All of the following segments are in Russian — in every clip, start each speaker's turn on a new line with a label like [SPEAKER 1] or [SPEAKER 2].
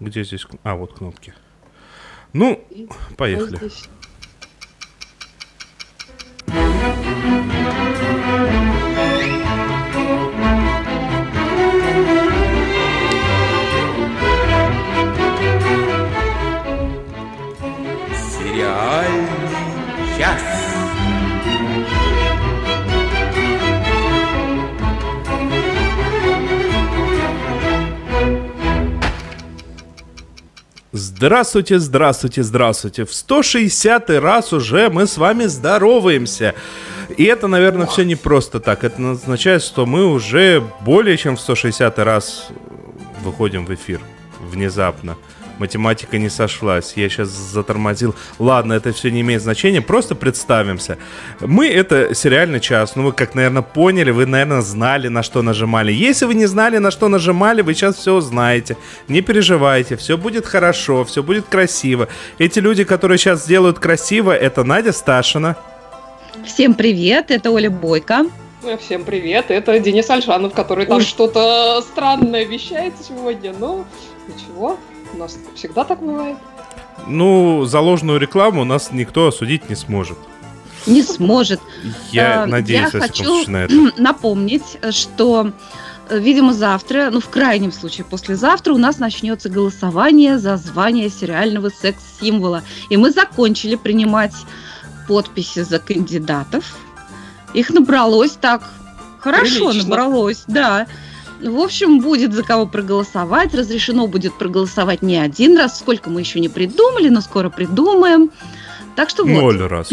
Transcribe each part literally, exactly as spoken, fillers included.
[SPEAKER 1] Где здесь... А, вот кнопки. Ну, и поехали.
[SPEAKER 2] Сериальный час.
[SPEAKER 1] Здравствуйте, здравствуйте, здравствуйте. В сто шестидесятый раз уже мы с вами здороваемся. И это, наверное, все не просто так. Это означает, что мы уже более чем в сто шестидесятый раз выходим в эфир внезапно. Математика не сошлась, я сейчас затормозил. Ладно, это все не имеет значения, просто представимся. Мы — это сериальный час. Ну, вы, как, наверное, поняли, вы, наверное, знали, на что нажимали. Если вы не знали, на что нажимали, вы сейчас все узнаете. Не переживайте, все будет хорошо, все будет красиво. Эти люди, которые сейчас сделают красиво, это Надя Сташина.
[SPEAKER 3] Всем привет, это Оля Бойко.
[SPEAKER 4] Всем привет, это Денис Альшанов, который там Ой. что-то странное вещает сегодня, но ничего. У нас всегда так бывает.
[SPEAKER 1] Ну, за ложную рекламу у нас никто осудить не сможет.
[SPEAKER 3] Не сможет.
[SPEAKER 1] Я а, надеюсь,
[SPEAKER 3] я хочу на это. напомнить, что, видимо, завтра, ну, в крайнем случае, послезавтра у нас начнется голосование за звание сериального секс-символа. И мы закончили принимать подписи за кандидатов. Их набралось так хорошо, Прилично. набралось, да. В общем, будет за кого проголосовать. Разрешено будет проголосовать не один раз. Сколько мы еще не придумали, но скоро придумаем. Так что вот.
[SPEAKER 1] Ноль раз.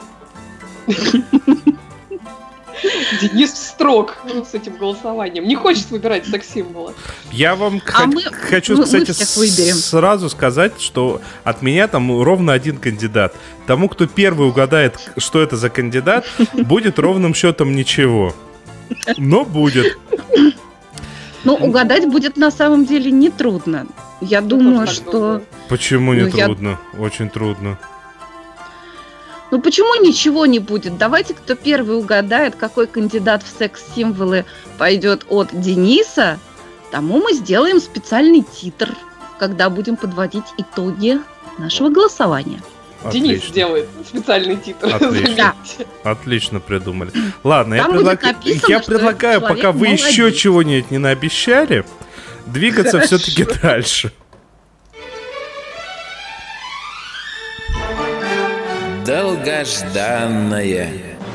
[SPEAKER 4] Денис строг с этим голосованием. Не хочет выбирать секс-символа.
[SPEAKER 1] Я вам
[SPEAKER 3] а
[SPEAKER 1] х-
[SPEAKER 3] мы,
[SPEAKER 1] хочу,
[SPEAKER 3] мы,
[SPEAKER 1] кстати,
[SPEAKER 3] мы
[SPEAKER 1] сразу сказать, что от меня там ровно один кандидат. Тому, кто первый угадает, что это за кандидат, будет ровным счетом ничего. Но будет.
[SPEAKER 3] Ну, угадать будет на самом деле нетрудно. Я, я думаю, что... Думаю.
[SPEAKER 1] Почему не ну, трудно? Я... Очень трудно.
[SPEAKER 3] Ну, почему ничего не будет? Давайте, кто первый угадает, какой кандидат в секс-символы пойдет от Дениса, тому мы сделаем специальный титр, когда будем подводить итоги нашего голосования.
[SPEAKER 4] Отлично. Денис сделает специальный титр.
[SPEAKER 1] Отлично. Отлично придумали. Ладно, Там я, предлаг... написано, я предлагаю, пока вы молодец. еще чего-нибудь не наобещали, двигаться Хорошо. все-таки дальше.
[SPEAKER 2] Долгожданное.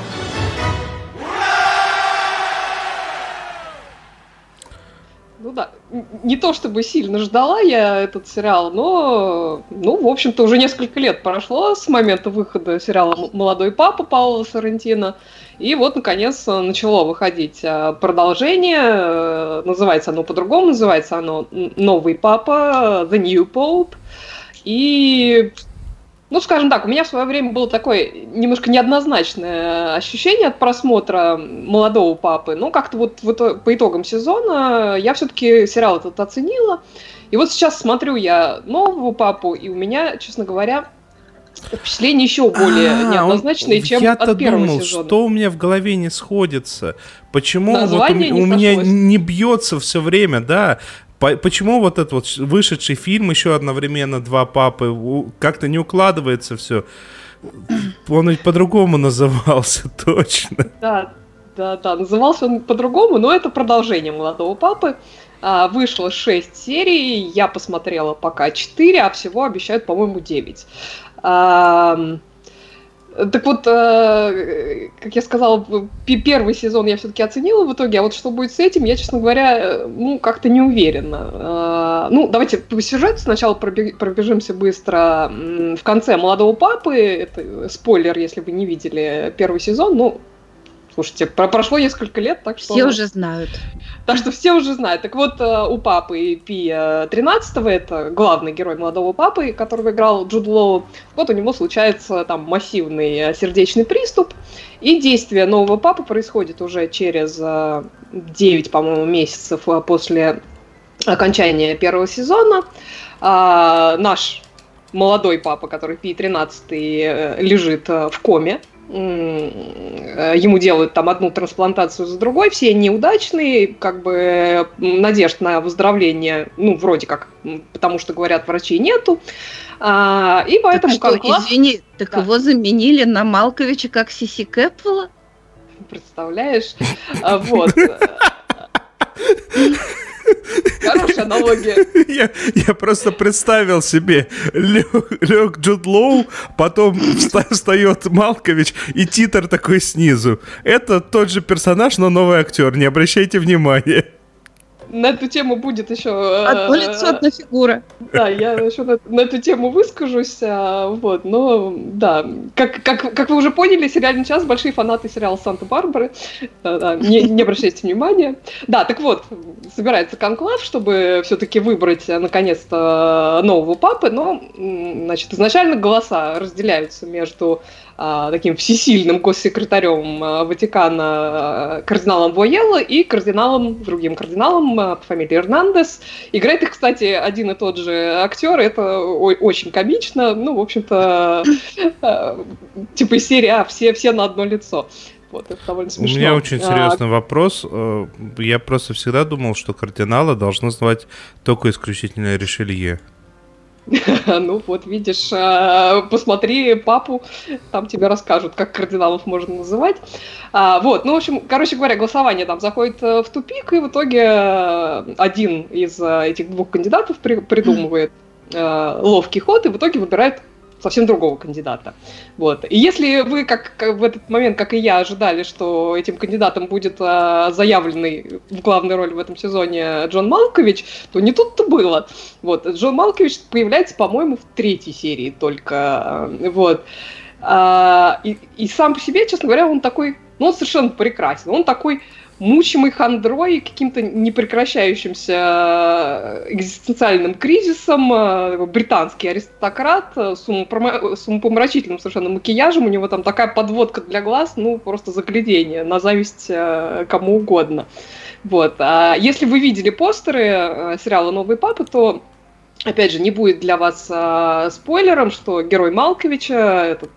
[SPEAKER 4] Ну да, не то чтобы сильно ждала я этот сериал, но, ну, в общем-то, уже несколько лет прошло с момента выхода сериала «Молодой папа» Паоло Соррентино, и вот, наконец, начало выходить продолжение, называется оно по-другому, называется оно «Новый папа», «The New Pope», и... Ну, скажем так, у меня в свое время было такое немножко неоднозначное ощущение от просмотра «Молодого папы». Но как-то вот по итогам сезона я все-таки сериал этот оценила. И вот сейчас смотрю я «Нового папу», и у меня, честно говоря, впечатления еще более а, неоднозначные, чем от первого
[SPEAKER 1] думал,
[SPEAKER 4] сезона.
[SPEAKER 1] Что у меня в голове не сходится? Почему вот у, не у меня не бьется все время, да? Почему вот этот вот вышедший фильм, еще одновременно «Два папы», как-то не укладывается все? Он ведь по-другому назывался, точно.
[SPEAKER 4] Да, да, да, назывался он по-другому, но это продолжение «Молодого папы». Вышло шесть серий, я посмотрела пока четыре, а всего обещают, по-моему, девять. Так вот, э, как я сказала, первый сезон я все-таки оценила в итоге, а вот что будет с этим, я, честно говоря, ну, как-то не уверена. Э, ну, давайте по сюжету сначала пробежимся быстро. В конце «Молодого папы», это спойлер, если вы не видели первый сезон, ну, слушайте, прошло несколько лет, так что...
[SPEAKER 3] Все уже знают.
[SPEAKER 4] Так что все уже знают. Так вот, у папы Пия тринадцатого, это главный герой «Молодого папы», которого играл Джуд Лоу, вот у него случается там массивный сердечный приступ, и действие нового папы происходит уже через девять, по-моему, месяцев после окончания первого сезона. А, наш молодой папа, который Пи тринадцать, лежит в коме. ему делают там одну трансплантацию за другой, все неудачные, как бы надежд на выздоровление, ну, вроде как, потому что, говорят, врачей нету. А, и поэтому...
[SPEAKER 3] Так что, извини, так
[SPEAKER 4] да.
[SPEAKER 3] его заменили на Малковича как Сиси Кэпвелла?
[SPEAKER 4] Представляешь? Вот. Хорошая аналогия.
[SPEAKER 1] Я, я просто представил себе, лег Джуд Лоу, потом встает Малкович, и титр такой снизу. Это тот же персонаж, но новый актер, не обращайте внимания.
[SPEAKER 4] На эту тему будет еще...
[SPEAKER 3] Одно лицо, одна фигура.
[SPEAKER 4] Да, я еще на, на эту тему выскажусь, вот, но, да, как, как, как вы уже поняли, сериальный час, большие фанаты сериала «Санта-Барбары», да, не, не обращайте внимания. Да, так вот, собирается конклав, чтобы все-таки выбрать, наконец-то, нового папы, но, значит, изначально голоса разделяются между а, таким всесильным госсекретарем Ватикана кардиналом Войелло и кардиналом, другим кардиналом по фамилии Эрнандес. Играет их, кстати, один и тот же актер, это очень комично, ну, в общем-то, типа из серии «А, все, все на одно лицо». Вот, это довольно смешно.
[SPEAKER 1] У меня очень серьезный а... вопрос. Я просто всегда думал, что кардинала должно звать только исключительно Ришелье.
[SPEAKER 4] Ну вот, видишь, посмотри «Папу», там тебе расскажут, как кардиналов можно называть. Вот, ну, в общем, короче говоря, голосование там заходит в тупик, и в итоге один из этих двух кандидатов придумывает ловкий ход, и в итоге выбирает совсем другого кандидата. Вот. И если вы как, как в этот момент, как и я, ожидали, что этим кандидатом будет а, заявленный в главной роли в этом сезоне Джон Малкович, то не тут-то было. Вот. Джон Малкович появляется, по-моему, в третьей серии только. Вот. А, и, и сам по себе, честно говоря, он такой, ну, он совершенно прекрасен. Он такой мучимый хандрой, каким-то непрекращающимся экзистенциальным кризисом, британский аристократ с умопомрачительным совершенно макияжем, у него там такая подводка для глаз, ну, просто заглядение, на зависть кому угодно. Вот. А если вы видели постеры сериала «Новый папа», то опять же, не будет для вас а, спойлером, что герой Малковича, этот,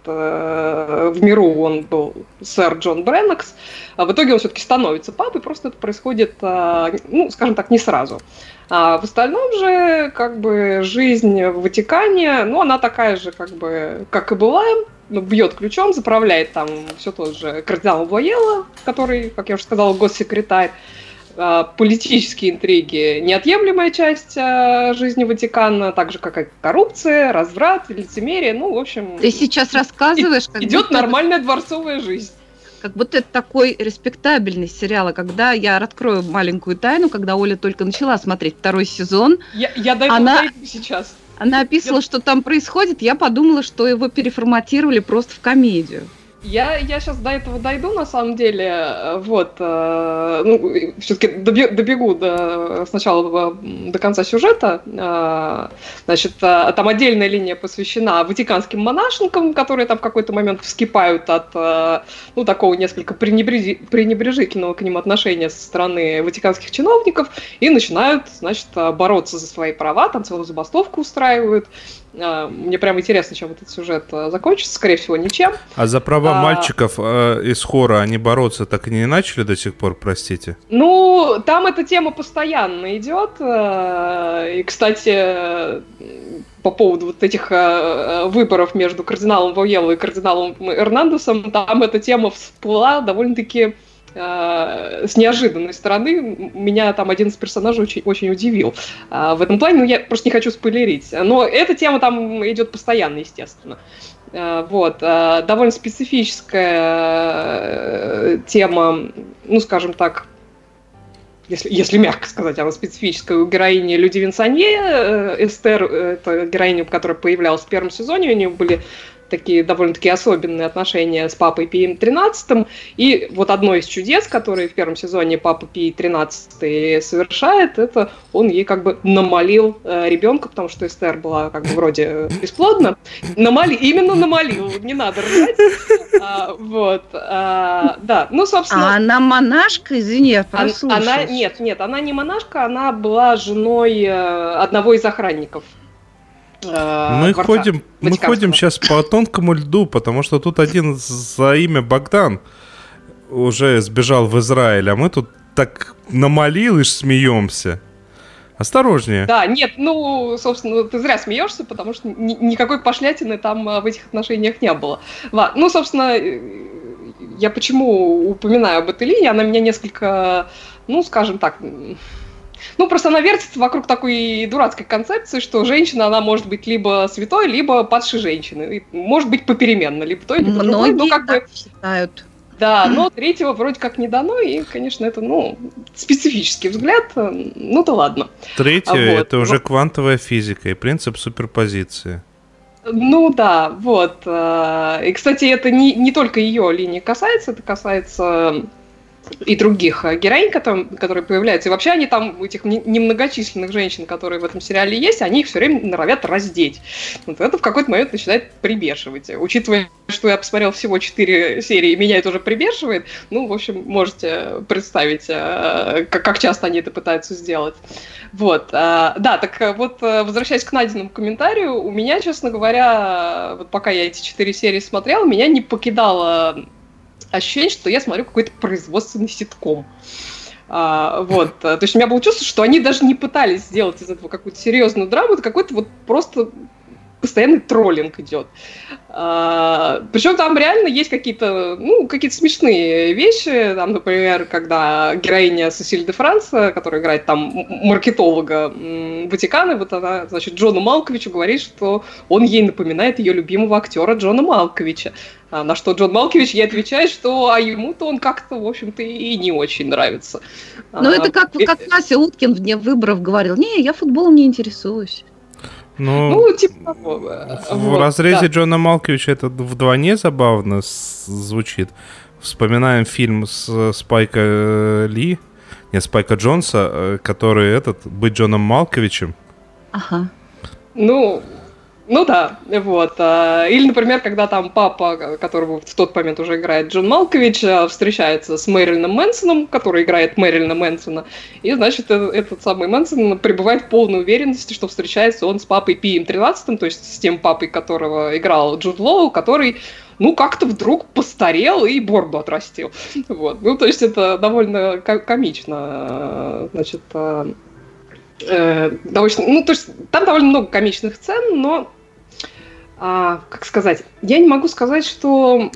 [SPEAKER 4] а, в миру он был сэр Джон Бреннокс, а в итоге он все-таки становится папой, просто это происходит, а, ну, скажем так, не сразу. А в остальном же, как бы, жизнь в Ватикане, ну, она такая же, как бы, как и была, бьет ключом, заправляет там все тот же кардинал Войелло, который, как я уже сказала, госсекретарь. Политические интриги – неотъемлемая часть жизни Ватикана, так же, как и коррупция, разврат, лицемерие, ну, в общем…
[SPEAKER 3] Ты сейчас рассказываешь…
[SPEAKER 4] Как идет нормальная это, дворцовая жизнь.
[SPEAKER 3] Как будто это такой респектабельный сериал, а когда я открою маленькую тайну, когда Оля только начала смотреть второй сезон…
[SPEAKER 4] Я, я дойду,
[SPEAKER 3] она...
[SPEAKER 4] дойду сейчас.
[SPEAKER 3] Она описывала, я... что там происходит, я подумала, что его переформатировали просто в комедию.
[SPEAKER 4] Я, я сейчас до этого дойду, на самом деле, вот, э, ну, все-таки добегу до, сначала до конца сюжета, э, значит, э, там отдельная линия посвящена ватиканским монашникам, которые там в какой-то момент вскипают от, э, ну, такого несколько пренебреж... пренебрежительного к ним отношения со стороны ватиканских чиновников и начинают, значит, бороться за свои права, там целую забастовку устраивают. Мне прям интересно, чем этот сюжет закончится. Скорее всего, ничем.
[SPEAKER 1] А за права а... мальчиков э, из хора они бороться так и не начали до сих пор, простите?
[SPEAKER 4] Ну, там эта тема постоянно идет. И, кстати, по поводу вот этих выборов между кардиналом Войелло и кардиналом Эрнандесом, там эта тема всплыла довольно-таки с неожиданной стороны. Меня там один из персонажей очень, очень удивил в этом плане, но я просто не хочу спойлерить. Но эта тема там идет постоянно, естественно. Вот. Довольно специфическая тема, ну, скажем так, если, если мягко сказать, она специфическая у героини Люди Винсанье. Эстер, это героиня, которая появлялась в первом сезоне, у нее были такие довольно-таки особенные отношения с папой Пием тринадцатым. И вот одно из чудес, которые в первом сезоне папа Пий тринадцатый совершает, это он ей как бы намолил э, ребенка, потому что Эстер была как бы вроде бесплодна. Намоли, именно намолил, не надо ржать. А, вот, а, да, ну, собственно...
[SPEAKER 3] А она монашка, извини, я прослушалась.
[SPEAKER 4] Она, нет, нет, она не монашка, она была женой э, одного из охранников.
[SPEAKER 1] Мы ходим, мы ходим сейчас по тонкому льду, потому что тут один за имя Богдан уже сбежал в Израиль, а мы тут так намолил и смеемся. Осторожнее.
[SPEAKER 4] Да, нет, ну, собственно, ты зря смеешься, потому что ни- никакой пошлятины там в этих отношениях не было. Ладно, ну, собственно, я почему упоминаю об этой линии, она меня несколько, ну, скажем так, ну, просто она вертится вокруг такой дурацкой концепции, что женщина, она может быть либо святой, либо падшей женщиной. Может быть попеременно, либо той, либо другой.
[SPEAKER 3] Многие
[SPEAKER 4] ну, как
[SPEAKER 3] так
[SPEAKER 4] бы
[SPEAKER 3] считают.
[SPEAKER 4] Да, но третьего вроде как не дано, и, конечно, это, ну, специфический взгляд, ну да ладно.
[SPEAKER 1] Третье,
[SPEAKER 4] вот.
[SPEAKER 1] это уже квантовая физика и принцип суперпозиции.
[SPEAKER 4] Ну да, вот. И, кстати, это не, не только ее линии касается, это касается и других героинь, которые, которые появляются. И вообще они там, этих немногочисленных женщин, которые в этом сериале есть, они их все время норовят раздеть. Вот это в какой-то момент начинает прибешивать. Учитывая, что я посмотрел всего четыре серии, меня это уже прибешивает, ну, в общем, можете представить, как часто они это пытаются сделать. Вот. Да, так вот, возвращаясь к Надиному комментарию, у меня, честно говоря, вот пока я эти четыре серии смотрел, меня не покидало ощущение, что я смотрю какой-то производственный ситком. А, вот. То есть у меня было чувство, что они даже не пытались сделать из этого какую-то серьезную драму, это какой-то вот просто постоянный троллинг идет. А, причем там реально есть какие-то, ну, какие-то смешные вещи. Там, например, когда героиня Сесиль де Франс, которая играет там маркетолога Ватикана, вот она, значит, Джону Малковичу говорит, что он ей напоминает ее любимого актера Джона Малковича. А, на что Джон Малкович ей отвечает, что а ему-то он как-то, в общем-то, и не очень нравится.
[SPEAKER 3] Ну, а, это как, и... как Вася Уткин в дне выборов говорил: не, я футболом не интересуюсь.
[SPEAKER 1] Ну,
[SPEAKER 4] ну, типа такого.
[SPEAKER 1] В
[SPEAKER 4] вот,
[SPEAKER 1] разрезе
[SPEAKER 4] да.
[SPEAKER 1] Джона Малковича это вдвойне забавно звучит. Вспоминаем фильм с Спайка Ли, нет, Спайка Джонса, который этот, быть Джоном Малковичем.
[SPEAKER 3] Ага.
[SPEAKER 4] Ну, ну да, вот. Или, например, когда там папа, которого в тот момент уже играет Джон Малкович, встречается с Мэрилином Мэнсоном, который играет Мэрилина Мэнсона, и, значит, этот самый Мэнсон пребывает в полной уверенности, что встречается он с папой Пием тринадцатым, то есть с тем папой, которого играл Джуд Лоу, который, ну, как-то вдруг постарел и бороду отрастил. Вот. Ну, то есть это довольно комично, значит... Э, довольно, ну, то есть там довольно много комичных сцен, но, а, как сказать, я не могу сказать, что...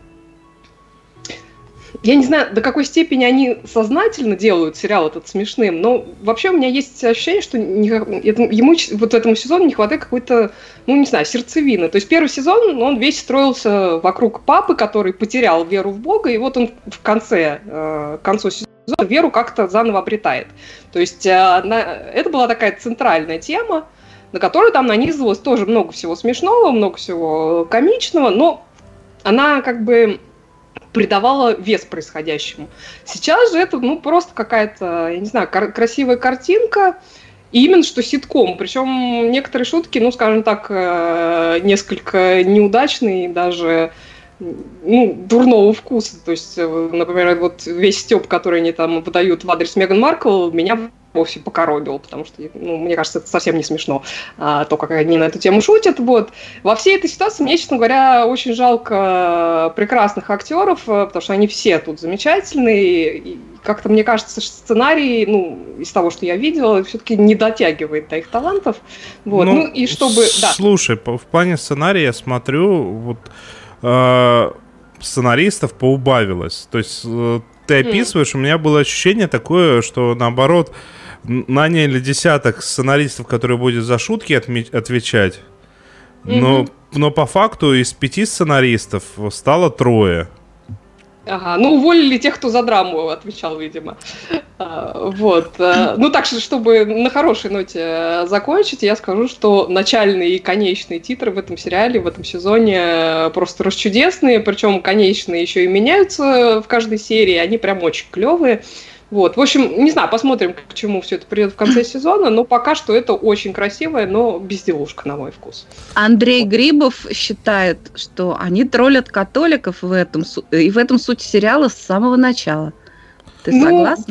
[SPEAKER 4] Я не знаю, до какой степени они сознательно делают сериал этот смешным, но вообще у меня есть ощущение, что не, это, ему вот этому сезону не хватает какой-то, ну, не знаю, сердцевины. То есть первый сезон, он весь строился вокруг папы, который потерял веру в Бога, и вот он в конце, э, к концу сезона веру как-то заново обретает. То есть э, на, это была такая центральная тема, на которую там нанизывалось тоже много всего смешного, много всего комичного, но она как бы придавала вес происходящему. Сейчас же это, ну, просто какая-то, я не знаю, кар- красивая картинка, и именно что ситком. Причем некоторые шутки, ну, скажем так, э- несколько неудачные, даже, ну, дурного вкуса. То есть, например, вот весь стёб, который они там выдают в адрес Меган Маркл, меня вовсе покоробил, потому что, ну, мне кажется, это совсем не смешно, а, то, как они на эту тему шутят. Вот. Во всей этой ситуации мне, честно говоря, очень жалко прекрасных актеров, потому что они все тут замечательные, и как-то, мне кажется, сценарий, ну, из того, что я видела, все-таки не дотягивает до их талантов. Вот. Ну, ну, и чтобы...
[SPEAKER 1] Слушай, да. В плане сценария я смотрю, вот э, сценаристов поубавилось. То есть э, ты описываешь, mm. у меня было ощущение такое, что, наоборот, наняли десяток сценаристов, которые будут за шутки отме- отвечать, mm-hmm. но, но по факту из пяти сценаристов стало трое.
[SPEAKER 4] Ага, ну уволили тех, кто за драму отвечал, видимо. А, вот. Ну так, чтобы на хорошей ноте закончить, я скажу, что начальные и конечные титры в этом сериале, в этом сезоне просто расчудесные, причем конечные еще и меняются в каждой серии, они прям очень клевые. Вот. В общем, не знаю, посмотрим, к чему все это придет в конце сезона, но пока что это очень красивая, но безделушка, на мой вкус.
[SPEAKER 3] Андрей вот. Грибов считает, что они троллят католиков в этом, и в этом суть сериала с самого начала. Ты
[SPEAKER 4] ну,
[SPEAKER 3] согласна?
[SPEAKER 4] Про...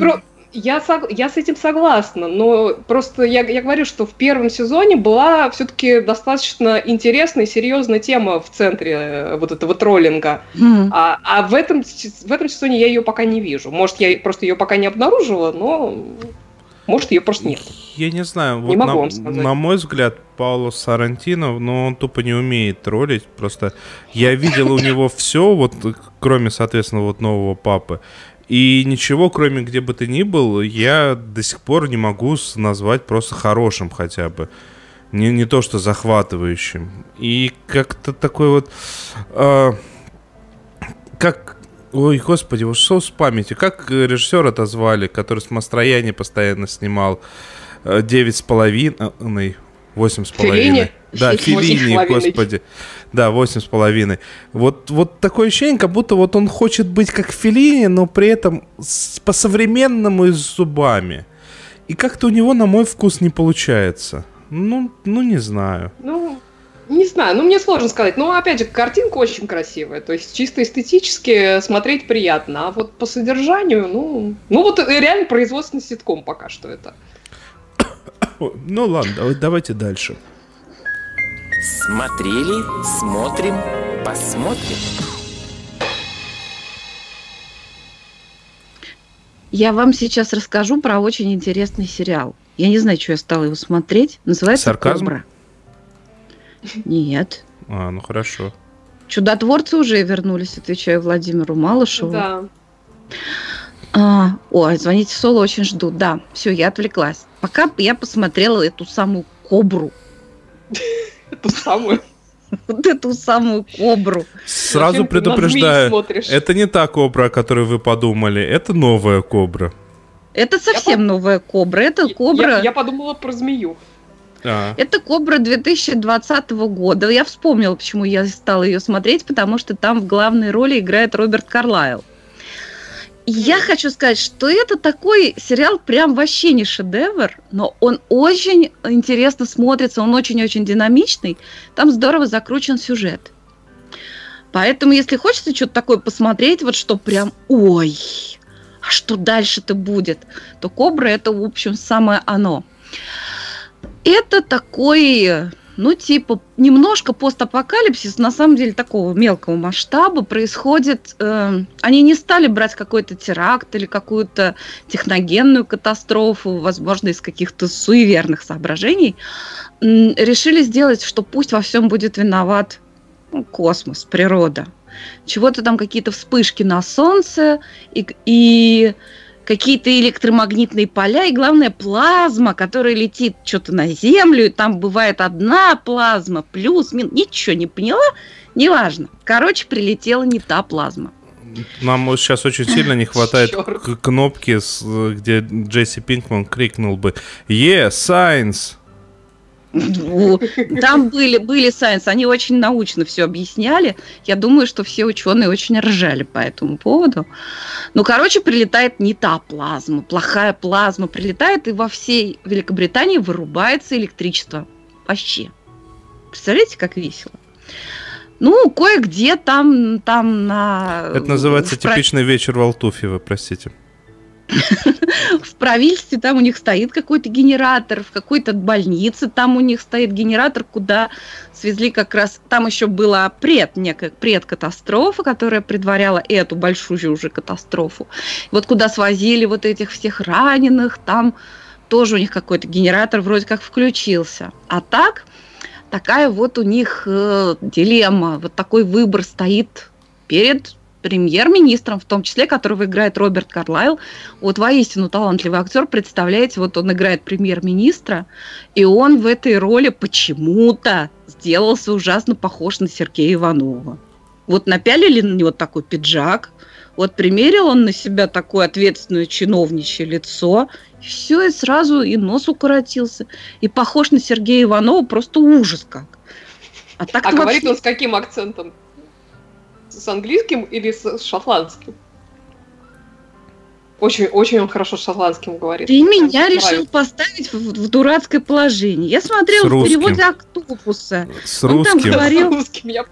[SPEAKER 4] Я, сог... я с этим согласна, но просто я, я говорю, что в первом сезоне была все-таки достаточно интересная и серьезная тема в центре вот этого троллинга. Mm. А, а в, этом, в этом сезоне я ее пока не вижу. Может, я просто ее пока не обнаружила, но может, ее просто нет.
[SPEAKER 1] Я не знаю, вот
[SPEAKER 4] не могу
[SPEAKER 1] на,
[SPEAKER 4] вам сказать.
[SPEAKER 1] На мой взгляд, Пауло Соррентино, ну, он тупо не умеет троллить. Просто я видел у него все, вот кроме, соответственно, вот нового папы. И ничего, кроме где бы ты ни был, я до сих пор не могу назвать просто хорошим хотя бы. Не, не то, что захватывающим. И как-то такой вот... Э, как... Ой, господи, вот что с памятью? Как режиссера отозвали, который «Самостояние» постоянно снимал? «Девять с половиной», «Восемь с половиной». Да, Феллини, господи. Да, восемь с половиной. Вот, вот такое ощущение, как будто вот он хочет быть как Феллини, но при этом с, по-современному и с зубами. И как-то у него, на мой вкус, не получается. Ну, ну не знаю.
[SPEAKER 4] Ну, не знаю, ну мне сложно сказать. Но, опять же, картинка очень красивая. То есть, чисто эстетически смотреть приятно. А вот по содержанию, ну... Ну, вот реально производственный ситком пока что это.
[SPEAKER 1] Ну, ладно, давайте дальше.
[SPEAKER 2] Смотрели, смотрим, посмотрим.
[SPEAKER 3] Я вам сейчас расскажу про очень интересный сериал. Я не знаю, что я стала его смотреть. Называется
[SPEAKER 1] «Сарказм»?
[SPEAKER 3] «Кобра». Нет.
[SPEAKER 1] А, ну хорошо.
[SPEAKER 3] Чудотворцы уже вернулись, отвечаю Владимиру Малышеву.
[SPEAKER 4] Да.
[SPEAKER 3] А, ой, звоните в Соло, очень жду. Да, все, я отвлеклась. Пока я посмотрела эту самую «Кобру».
[SPEAKER 4] Эту самую.
[SPEAKER 3] Вот эту самую «Кобру».
[SPEAKER 1] Сразу предупреждаю, это не та «Кобра», о которой вы подумали, это новая «Кобра».
[SPEAKER 3] Это совсем я новая «Кобра». Это «Кобра».
[SPEAKER 4] Я, я подумала про змею.
[SPEAKER 1] А.
[SPEAKER 3] Это «Кобра» две тысячи двадцатого года. Я вспомнила, почему я стала ее смотреть, потому что там в главной роли играет Роберт Карлайл. Я хочу сказать, что это такой сериал прям вообще не шедевр, но он очень интересно смотрится, он очень-очень динамичный, там здорово закручен сюжет. Поэтому, если хочется что-то такое посмотреть, вот что прям, ой, а что дальше-то будет, то «Кобра» это, в общем, самое оно. Это такой... Ну, типа, немножко постапокалипсис, на самом деле, такого мелкого масштаба происходит. Э, они не стали брать какой-то теракт или какую-то техногенную катастрофу, возможно, из каких-то суеверных соображений. М, решили сделать, что пусть во всем будет виноват ну, космос, природа. Чего-то там, какие-то вспышки на Солнце и... и какие-то электромагнитные поля, и, главное, плазма, которая летит что-то на Землю, и там бывает одна плазма, плюс, минус, ничего не поняла, неважно. Короче, прилетела не та плазма.
[SPEAKER 1] Нам сейчас очень сильно не хватает к- кнопки, где Джесси Пинкман крикнул бы «Yeah, science!»
[SPEAKER 3] Там были, были сайенс, они очень научно все объясняли. Я думаю, что все ученые очень ржали по этому поводу. Ну, короче, прилетает не та плазма, плохая плазма прилетает, и во всей Великобритании вырубается электричество. Вообще. Представляете, как весело? Ну, кое-где там, там на...
[SPEAKER 1] Это называется в... типичный вечер в Алтуфьево, простите.
[SPEAKER 3] В правительстве там у них стоит какой-то генератор, в какой-то больнице там у них стоит генератор, куда свезли как раз... Там еще была пред, некая предкатастрофа, которая предваряла эту большую уже катастрофу. Вот куда свозили вот этих всех раненых, там тоже у них какой-то генератор вроде как включился. А так, такая вот у них э, дилемма, вот такой выбор стоит перед... премьер-министром, в том числе, которого играет Роберт Карлайл. Вот воистину талантливый актер, представляете, вот он играет премьер-министра, и он в этой роли почему-то сделался ужасно похож на Сергея Иванова. Вот напялили на него такой пиджак, вот примерил он на себя такое ответственное чиновничье лицо, и все, и сразу и нос укоротился. И похож на Сергея Иванова просто ужас как.
[SPEAKER 4] А, так а говорит вообще... он с каким акцентом? С английским или с шотландским? Очень, очень он хорошо с шотландским говорит.
[SPEAKER 3] Ты меня нравится. Решил поставить в, в дурацкое положение. Я смотрела в переводе «Октопуса».
[SPEAKER 1] С он русским.
[SPEAKER 3] Там говорил...
[SPEAKER 4] С русским, я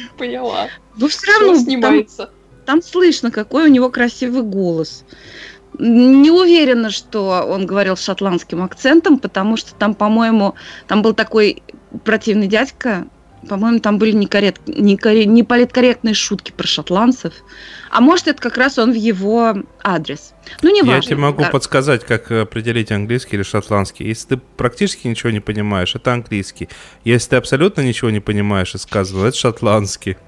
[SPEAKER 4] поняла.
[SPEAKER 3] Но все равно там, там слышно, какой у него красивый голос. Не уверена, что он говорил с шотландским акцентом, потому что там, по-моему, там был такой противный дядька, по-моему, там были некоррект, некоррект, неполиткорректные шутки про шотландцев. А может, это как раз он в его адрес. Ну, не важно.
[SPEAKER 1] Я тебе могу да. подсказать, как определить английский или шотландский. Если ты практически ничего не понимаешь, это английский. Если ты абсолютно ничего не понимаешь из сказанного, это шотландский.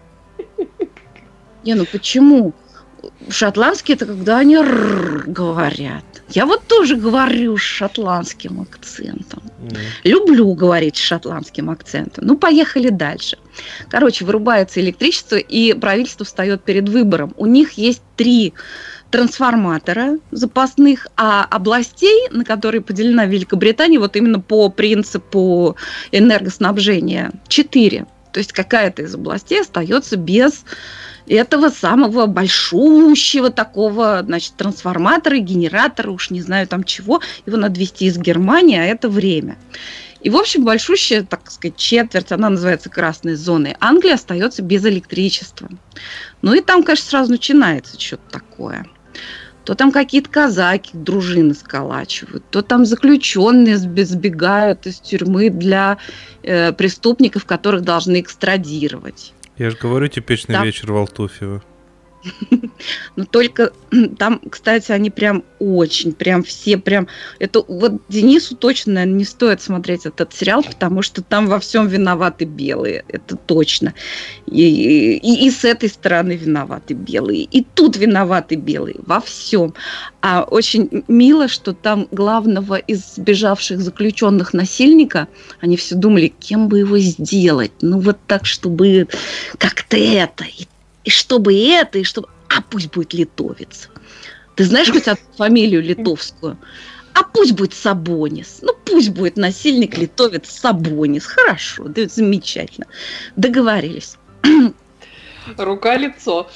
[SPEAKER 3] Не, ну почему? Шотландский — это когда они р говорят. Я вот тоже говорю с шотландским акцентом. Mm. Люблю говорить с шотландским акцентом. Ну, поехали дальше. Короче, вырубается электричество, и правительство встает перед выбором. У них есть три трансформатора запасных, а областей, на которые поделена Великобритания, вот именно по принципу энергоснабжения, четыре. То есть какая-то из областей остается без этого самого большущего такого, значит, трансформатора, генератора, уж не знаю там чего. Его надо везти из Германии, а это время. И, в общем, большущая, так сказать, четверть, она называется красной зоной, Англия остается без электричества. Ну и там, конечно, сразу начинается что-то такое. То там какие-то казаки дружины сколачивают, то там заключенные сбегают из тюрьмы для э, преступников, которых должны экстрадировать.
[SPEAKER 1] Я же говорю, типичный там... вечер в Алтуфьево.
[SPEAKER 3] Но только там, кстати, они прям очень, прям все прям... Это вот Денису точно, наверное, не стоит смотреть этот сериал, потому что там во всем виноваты белые, это точно. И, и, и с этой стороны виноваты белые, и тут виноваты белые, во всем. А очень мило, что там главного из сбежавших заключенных насильника, они все думали, кем бы его сделать. Ну вот так, чтобы как-то это... И чтобы это, и чтобы... А пусть будет литовец. Ты знаешь хоть одну фамилию литовскую? А пусть будет Сабонис. Ну, пусть будет насильник литовец Сабонис. Хорошо, да, замечательно. Договорились.
[SPEAKER 4] Рука-лицо.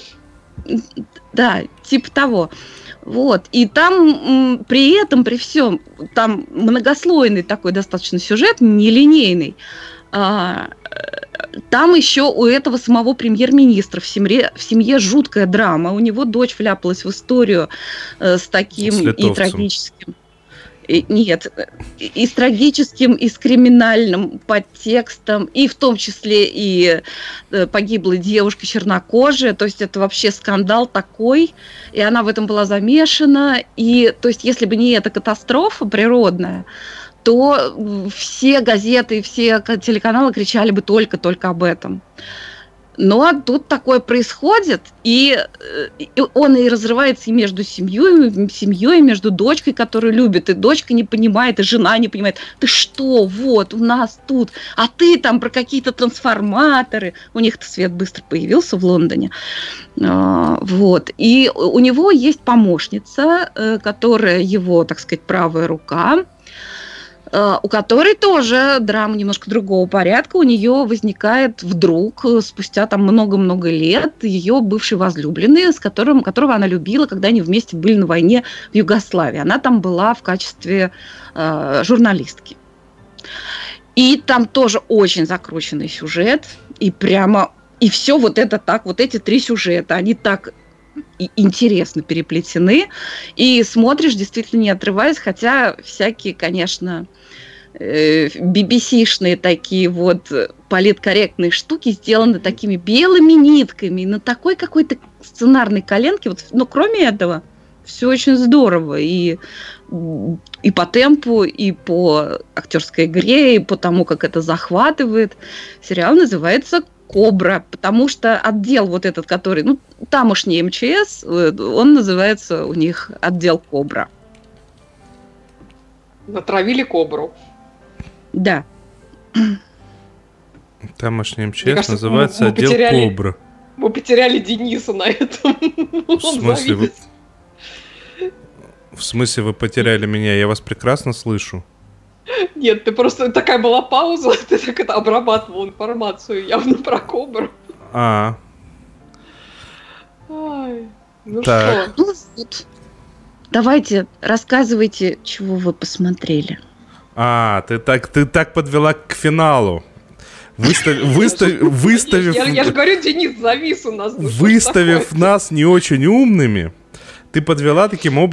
[SPEAKER 3] Да, типа того. Вот. И там при этом, при всем, там многослойный такой достаточно сюжет, нелинейный. Там еще у этого самого премьер-министра в семье, в семье жуткая драма. У него дочь вляпалась в историю э, с таким с и трагическим. И, нет, и, и с трагическим, и с криминальным подтекстом, и в том числе и э, погибла девушка чернокожая. То есть это вообще скандал такой, и она в этом была замешана. И, то есть если бы не эта катастрофа природная, то все газеты, все телеканалы кричали бы только-только об этом. Но тут такое происходит, и, и он и разрывается и между семьей, семьей, и между дочкой, которую любит, и дочка не понимает, и жена не понимает. Ты что, вот, у нас тут, а ты там про какие-то трансформаторы. У них-то свет быстро появился в Лондоне. Вот. И у него есть помощница, которая его, так сказать, правая рука, у которой тоже драма немножко другого порядка. У нее возникает вдруг, спустя там много-много лет, ее бывший возлюбленный, с которым, которого она любила, когда они вместе были на войне в Югославии. Она там была в качестве э, журналистки. И там тоже очень закрученный сюжет. И прямо... И все вот это так, вот эти три сюжета, они так... и интересно переплетены, и смотришь, действительно не отрываясь, хотя всякие, конечно, би би си-шные такие вот политкорректные штуки сделаны такими белыми нитками, на такой какой-то сценарной коленке, вот, но кроме этого, все очень здорово, и, и по темпу, и по актерской игре, и по тому, как это захватывает. Сериал называется «Кобра», потому что отдел вот этот, который, ну, тамошний эм че эс, он называется у них отдел «Кобра».
[SPEAKER 4] Натравили кобру.
[SPEAKER 3] Да.
[SPEAKER 1] Тамошний эм че эс кажется, называется мы, мы отдел потеряли, «Кобра».
[SPEAKER 4] Мы потеряли Дениса на этом.
[SPEAKER 1] В смысле, вы... В смысле вы потеряли меня? Я вас прекрасно слышу.
[SPEAKER 4] Нет, ты просто... Такая была пауза, ты так это обрабатывал информацию явно про кобру.
[SPEAKER 1] А.
[SPEAKER 4] Ой, ну
[SPEAKER 1] так.
[SPEAKER 4] что?
[SPEAKER 3] Ну вот. Давайте, рассказывайте, чего вы посмотрели.
[SPEAKER 1] А, ты так, ты так подвела к финалу. Выстав, выстав, выставив...
[SPEAKER 4] Я, я же говорю, Денис завис у нас.
[SPEAKER 1] Выставив нас не очень умными, ты подвела таким образом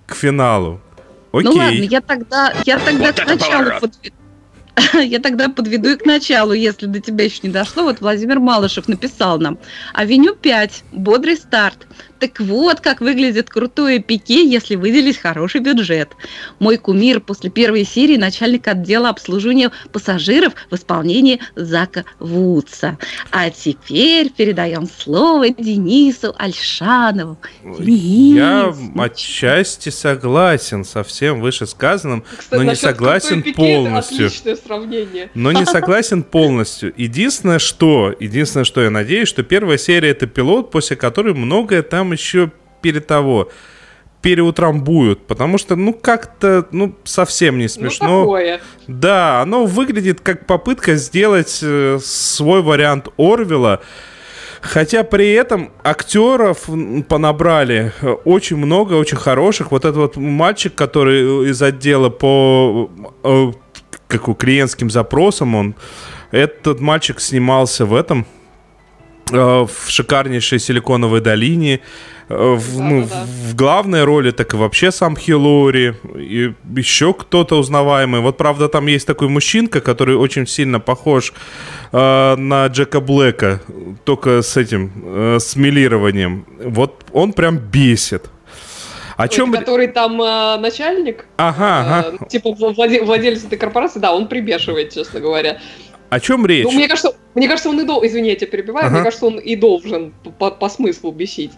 [SPEAKER 1] к финалу. Окей.
[SPEAKER 3] Ну ладно, я тогда, я тогда вот к началу подведу. Я тогда подведу и к началу, если до тебя еще не дошло. Вот Владимир Малышев написал нам: «Авеню пять, бодрый старт. Так вот, как выглядит крутое пике, если выделить хороший бюджет. Мой кумир после первой серии — начальник отдела обслуживания пассажиров в исполнении Зака Вудса. А теперь передаем слово Денису Альшанову». Денис.
[SPEAKER 1] Я отчасти согласен со всем вышесказанным,
[SPEAKER 4] Кстати,
[SPEAKER 1] но не согласен полностью.
[SPEAKER 4] Отличное сравнение.
[SPEAKER 1] Но не согласен полностью. Единственное, что, единственное, что я надеюсь, что первая серия — это пилот, после которой многое там еще перед того переутрамбуют, потому что, ну, как-то, ну, совсем не смешно.
[SPEAKER 4] Ну, такое.
[SPEAKER 1] Да, оно выглядит как попытка сделать э, свой вариант Орвилла, хотя при этом актеров понабрали очень много, очень хороших. Вот этот вот мальчик, который из отдела по э, как у, клиентским запросам, он, этот мальчик снимался в этом, в шикарнейшей Силиконовой долине, в, да, ну, да. в главной роли, так и вообще сам Хью Лори, и еще кто-то узнаваемый. Вот, правда, там есть такой мужчинка, который очень сильно похож э, на Джека Блэка, только с этим, э, с милированием. Вот он прям бесит. О чем...
[SPEAKER 4] Который там э, начальник,
[SPEAKER 1] ага,
[SPEAKER 4] э,
[SPEAKER 1] ага.
[SPEAKER 4] типа владе- владелец этой корпорации, да, он прибешивает, честно говоря.
[SPEAKER 1] О чем речь?
[SPEAKER 4] Ну, мне кажется, мне кажется, он и должен, извини, я тебя перебиваю, ага. Мне кажется, он и должен по, по смыслу бесить.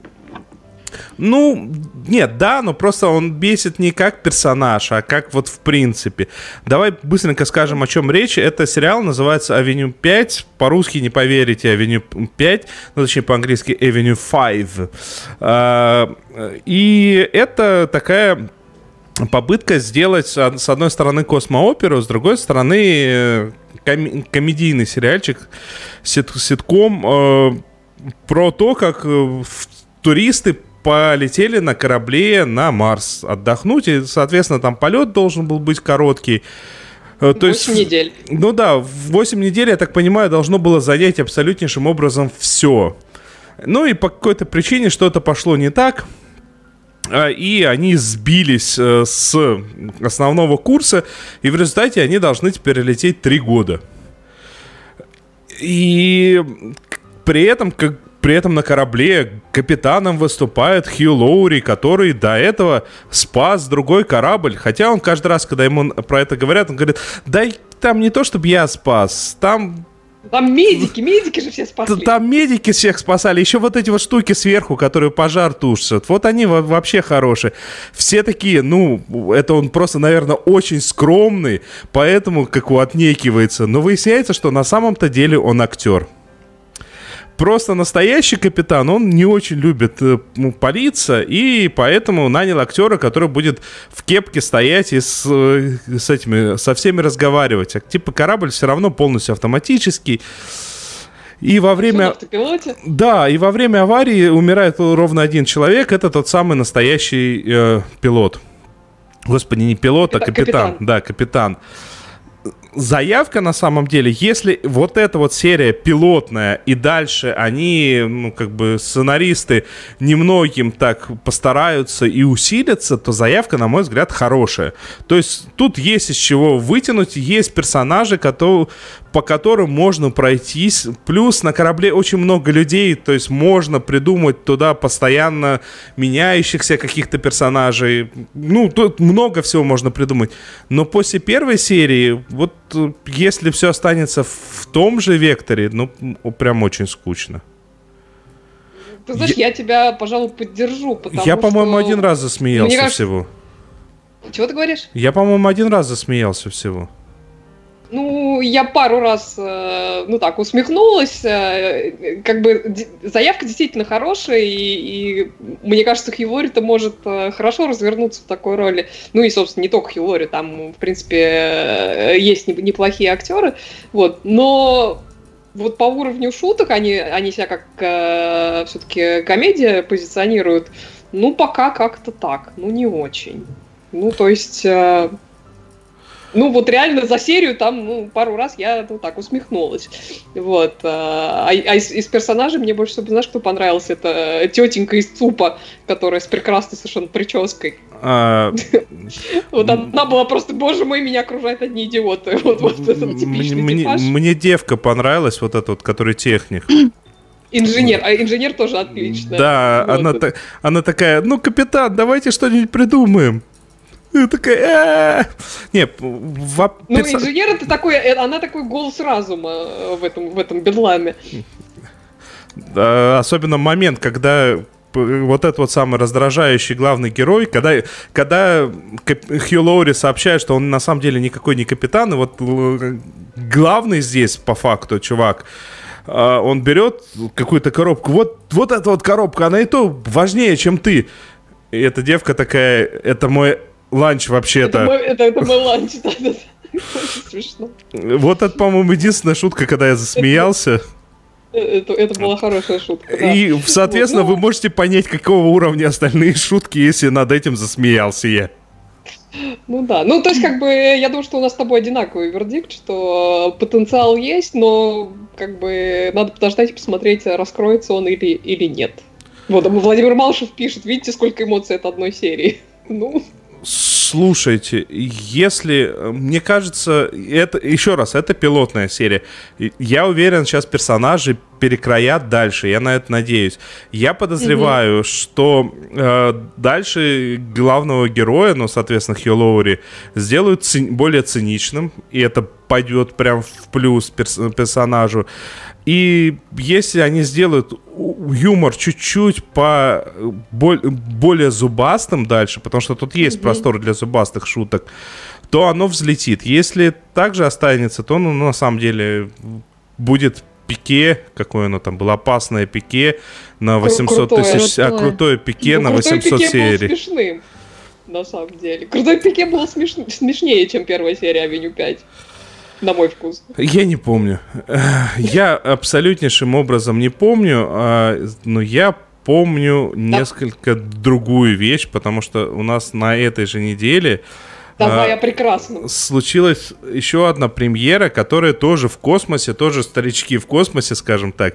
[SPEAKER 1] Ну, нет, да, но просто он бесит не как персонаж, а как вот в принципе. Давай быстренько скажем, о чем речь. Это сериал называется «Авеню пять». По-русски не поверите, «Авеню пять», ну, точнее, по-английски «Авеню пять». И это такая попытка сделать, с одной стороны, космооперу, с другой стороны, ком- комедийный сериальчик, сит- ситком э, про то, как э, туристы полетели на корабле на Марс отдохнуть, и, соответственно, там полет должен был быть короткий. То
[SPEAKER 4] восемь
[SPEAKER 1] есть,
[SPEAKER 4] недель.
[SPEAKER 1] Ну да, в восемь недель, я так понимаю, должно было занять абсолютнейшим образом все. Ну и по какой-то причине что-то пошло не так, и они сбились с основного курса, и в результате они должны теперь лететь три года. И при этом, как При этом на корабле капитаном выступает Хью Лоури, который до этого спас другой корабль. Хотя он каждый раз, когда ему про это говорят, он говорит: да там не то, чтобы я спас, там...
[SPEAKER 4] Там медики, медики же все спасли.
[SPEAKER 1] Там медики всех спасали. Еще вот эти вот штуки сверху, которые пожар тушат. Вот они вообще хорошие. Все такие, ну, это он просто, наверное, очень скромный, поэтому как его отнекивается. Но выясняется, что на самом-то деле он актер. Просто настоящий капитан, он не очень любит ну, палиться, и поэтому нанял актера, который будет в кепке стоять и с, с этими, со всеми разговаривать. А, типа корабль все равно полностью автоматический. И во время... Да, и во время аварии умирает ровно один человек. Это тот самый настоящий э, пилот. Господи, не пилот, а капитан. капитан. Да, капитан. Заявка на самом деле, если вот эта вот серия пилотная, и дальше они, ну, как бы сценаристы немногим так постараются и усилятся, то заявка, на мой взгляд, хорошая. То есть тут есть из чего вытянуть, есть персонажи, которые, по которым можно пройтись. Плюс на корабле очень много людей, то есть можно придумать туда постоянно меняющихся каких-то персонажей. Ну, тут много всего можно придумать. Но после первой серии, вот если все останется в том же векторе, ну, прям очень скучно.
[SPEAKER 4] Ты знаешь, я, я тебя, пожалуй, поддержу, потому
[SPEAKER 1] Я, по-моему,
[SPEAKER 4] что...
[SPEAKER 1] один раз засмеялся
[SPEAKER 4] Мне кажется...
[SPEAKER 1] всего.
[SPEAKER 4] Чего ты говоришь?
[SPEAKER 1] Я, по-моему, один раз засмеялся всего.
[SPEAKER 4] Ну, я пару раз, э, ну так, усмехнулась. Э, как бы д- заявка действительно хорошая, и, и мне кажется, Хью Лори-то может э, хорошо развернуться в такой роли. Ну и, собственно, не только Хью Лори, там, в принципе, э, есть не- неплохие актеры. Вот. Но вот по уровню шуток они, они себя как э, все-таки комедия позиционируют. Ну, пока как-то так. Ну, не очень. Ну, то есть... Э, Ну, вот реально за серию там, ну, пару раз я, ну, так усмехнулась. Вот. А, а из, из персонажей мне больше всего, знаешь, кто понравился? Это тетенька из ЦУПа, которая с прекрасной совершенно прической.
[SPEAKER 1] А...
[SPEAKER 4] Вот она была просто, боже мой, меня окружают одни идиоты. Вот, вот этот типичный
[SPEAKER 1] мне,
[SPEAKER 4] типаж.
[SPEAKER 1] Мне девка понравилась, вот эта вот, который техник.
[SPEAKER 4] Инженер, а инженер тоже отлично.
[SPEAKER 1] Да, вот. она, та, она такая, ну, капитан, давайте что-нибудь придумаем. И такая, не, в...
[SPEAKER 4] Ну, инженер это такой, она такой голос разума в этом, в этом бедламе.
[SPEAKER 1] Да, особенно момент, когда вот этот вот самый раздражающий главный герой, когда, когда Хью Лоури сообщает, что он на самом деле никакой не капитан, и вот главный здесь, по факту, чувак, он берет какую-то коробку, вот, вот эта вот коробка, она и то важнее, чем ты. И эта девка такая, это мой ланч вообще-то.
[SPEAKER 4] Это мой, это, это мой ланч, да, да, да. Смешно.
[SPEAKER 1] Вот это, по-моему, единственная шутка, когда я засмеялся.
[SPEAKER 4] Это, это была хорошая шутка. Да.
[SPEAKER 1] И, соответственно,
[SPEAKER 4] вот, ну...
[SPEAKER 1] вы можете понять, какого уровня остальные шутки, если над этим засмеялся я.
[SPEAKER 4] Ну да, ну то есть как бы я думаю, что у нас с тобой одинаковый вердикт, что потенциал есть, но как бы надо подождать и посмотреть, раскроется он или, или нет. Вот, Владимир Малышев пишет, видите, сколько эмоций от одной серии. Ну...
[SPEAKER 1] Слушайте, если, мне кажется, это, еще раз, это пилотная серия. Я уверен, сейчас персонажи перекроят дальше, я на это надеюсь. Я подозреваю, mm-hmm. что э, дальше главного героя, ну, соответственно, Хью Лоури, сделают ци- более циничным, и это пойдет прям в плюс перс- персонажу. И если они сделают юмор чуть-чуть по более зубастым дальше, потому что тут есть mm-hmm. простор для зубастых шуток, то оно взлетит. Если также останется, то, ну, на самом деле, будет пике, какое оно там было, опасное пике на восемьсот тысяч, а крутое пике ну, на восемьсот серий. Крутое пике было
[SPEAKER 4] смешным, на самом деле. Крутое пике было смеш... смешнее, чем первая серия Авеню пять. На мой вкус.
[SPEAKER 1] Я не помню. Я абсолютнейшим образом не помню, но я помню да. несколько другую вещь, потому что у нас на этой же неделе
[SPEAKER 4] Давай, я прекрасно.
[SPEAKER 1] случилась еще одна премьера, которая тоже в космосе, тоже старички в космосе, скажем так.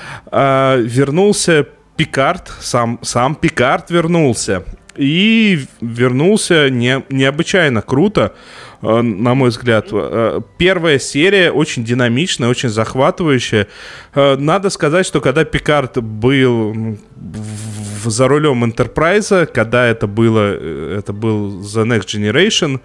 [SPEAKER 1] Вернулся Пикард, сам, сам Пикард вернулся. И вернулся не, необычайно круто, на мой взгляд. Первая серия очень динамичная, очень захватывающая. Надо сказать, что когда Пикард был в, за рулем Энтерпрайза, когда это было, это был The Next Generation,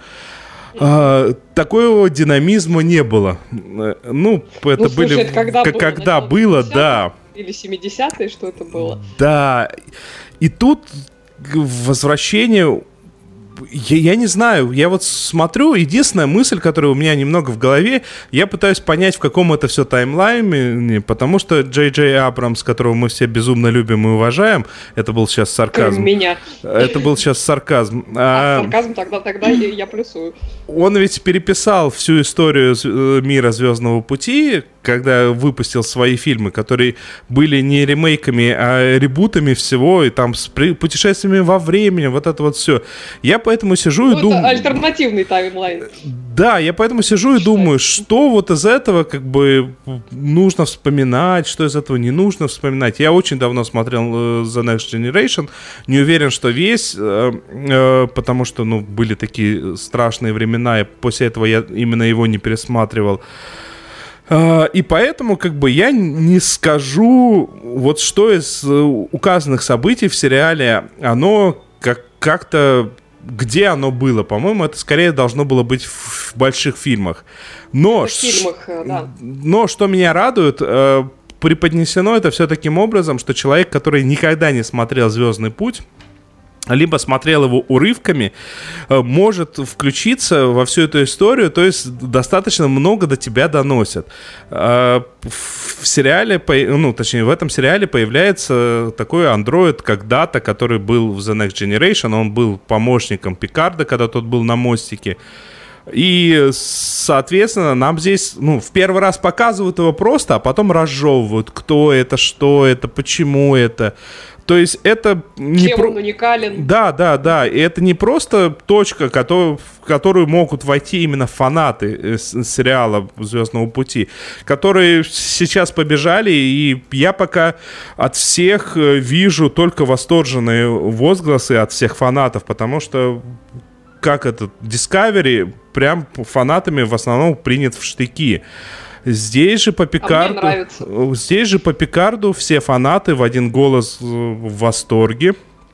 [SPEAKER 1] такого динамизма не было. Ну, это ну, были...
[SPEAKER 4] Слушай, это когда
[SPEAKER 1] как,
[SPEAKER 4] было,
[SPEAKER 1] когда было да.
[SPEAKER 4] Или семидесятые, что это было?
[SPEAKER 1] Да. И тут возвращение, я, я не знаю, я вот смотрю, единственная мысль, которая у меня немного в голове, я пытаюсь понять, в каком это все таймлайне, потому что Джей Джей Абрамс, которого мы все безумно любим и уважаем, это был сейчас сарказм.
[SPEAKER 4] Кроме меня.
[SPEAKER 1] Это был сейчас сарказм.
[SPEAKER 4] А, а, сарказм, тогда, тогда я, я плюсую.
[SPEAKER 1] Он ведь переписал всю историю мира «Звездного пути», когда выпустил свои фильмы, которые были не ремейками, а ребутами всего, и там с путешествиями во времени, вот это вот все. Я поэтому сижу ну, и думаю...
[SPEAKER 4] альтернативный таймлайн.
[SPEAKER 1] Да, я поэтому сижу и думаю, что вот из этого как бы нужно вспоминать, что из этого не нужно вспоминать. Я очень давно смотрел The Next Generation, не уверен, что весь, потому что, ну, были такие страшные времена, и после этого я именно его не пересматривал. И поэтому, как бы, я не скажу, вот что из указанных событий в сериале, оно как- как-то, где оно было, по-моему, это скорее должно было быть в больших фильмах. Но,
[SPEAKER 4] в фильмах,
[SPEAKER 1] ш-
[SPEAKER 4] да.
[SPEAKER 1] но что меня радует, преподнесено это все таким образом, что человек, который никогда не смотрел «Звездный путь», либо смотрел его урывками, может включиться во всю эту историю, то есть достаточно много до тебя доносят. В сериале, ну, точнее, в этом сериале появляется такой андроид, как Дата, который был в The Next Generation, он был помощником Пикарда, когда тот был на мостике. И, соответственно, нам здесь, ну, в первый раз показывают его просто, а потом разжевывают, кто это, что это, почему это. То есть это не
[SPEAKER 4] Чем
[SPEAKER 1] про...
[SPEAKER 4] он уникален.
[SPEAKER 1] Да, да, да. И это не просто точка, в которую могут войти именно фанаты сериала «Звездного пути», которые сейчас побежали, и я пока от всех вижу только восторженные возгласы от всех фанатов, потому что как этот Discovery прям фанатами в основном принят в штыки. Здесь же по Пикарду, а здесь же по Пикарду все фанаты в один голос в восторге.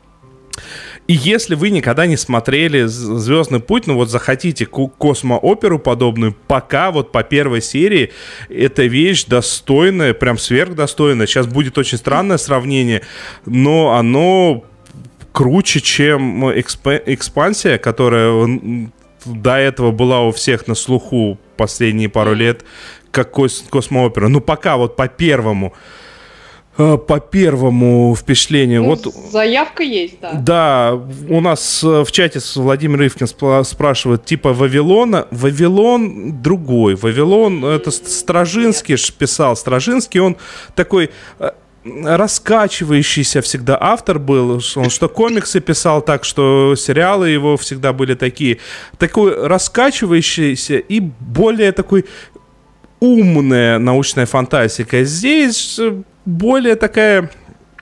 [SPEAKER 1] И если вы никогда не смотрели «Звездный путь», ну вот захотите космооперу подобную, пока вот по первой серии эта вещь достойная, прям сверхдостойная. Сейчас будет очень странное сравнение, но оно круче, чем эксп- экспансия, которая до этого была у всех на слуху последние пару лет, как кос- космоопера. Ну, пока вот по первому, э, по первому впечатлению.
[SPEAKER 4] Ну,
[SPEAKER 1] вот,
[SPEAKER 4] заявка есть, да.
[SPEAKER 1] Да, у нас в чате Владимир Ивкин спла- спрашивает, типа Вавилона. Вавилон другой. Вавилон, это Стражинский ж писал. Стражинский, он такой... раскачивающийся всегда автор был, он что комиксы писал так, что сериалы его всегда были такие, такой раскачивающийся и более такой умная научная фантастика. Здесь более такая...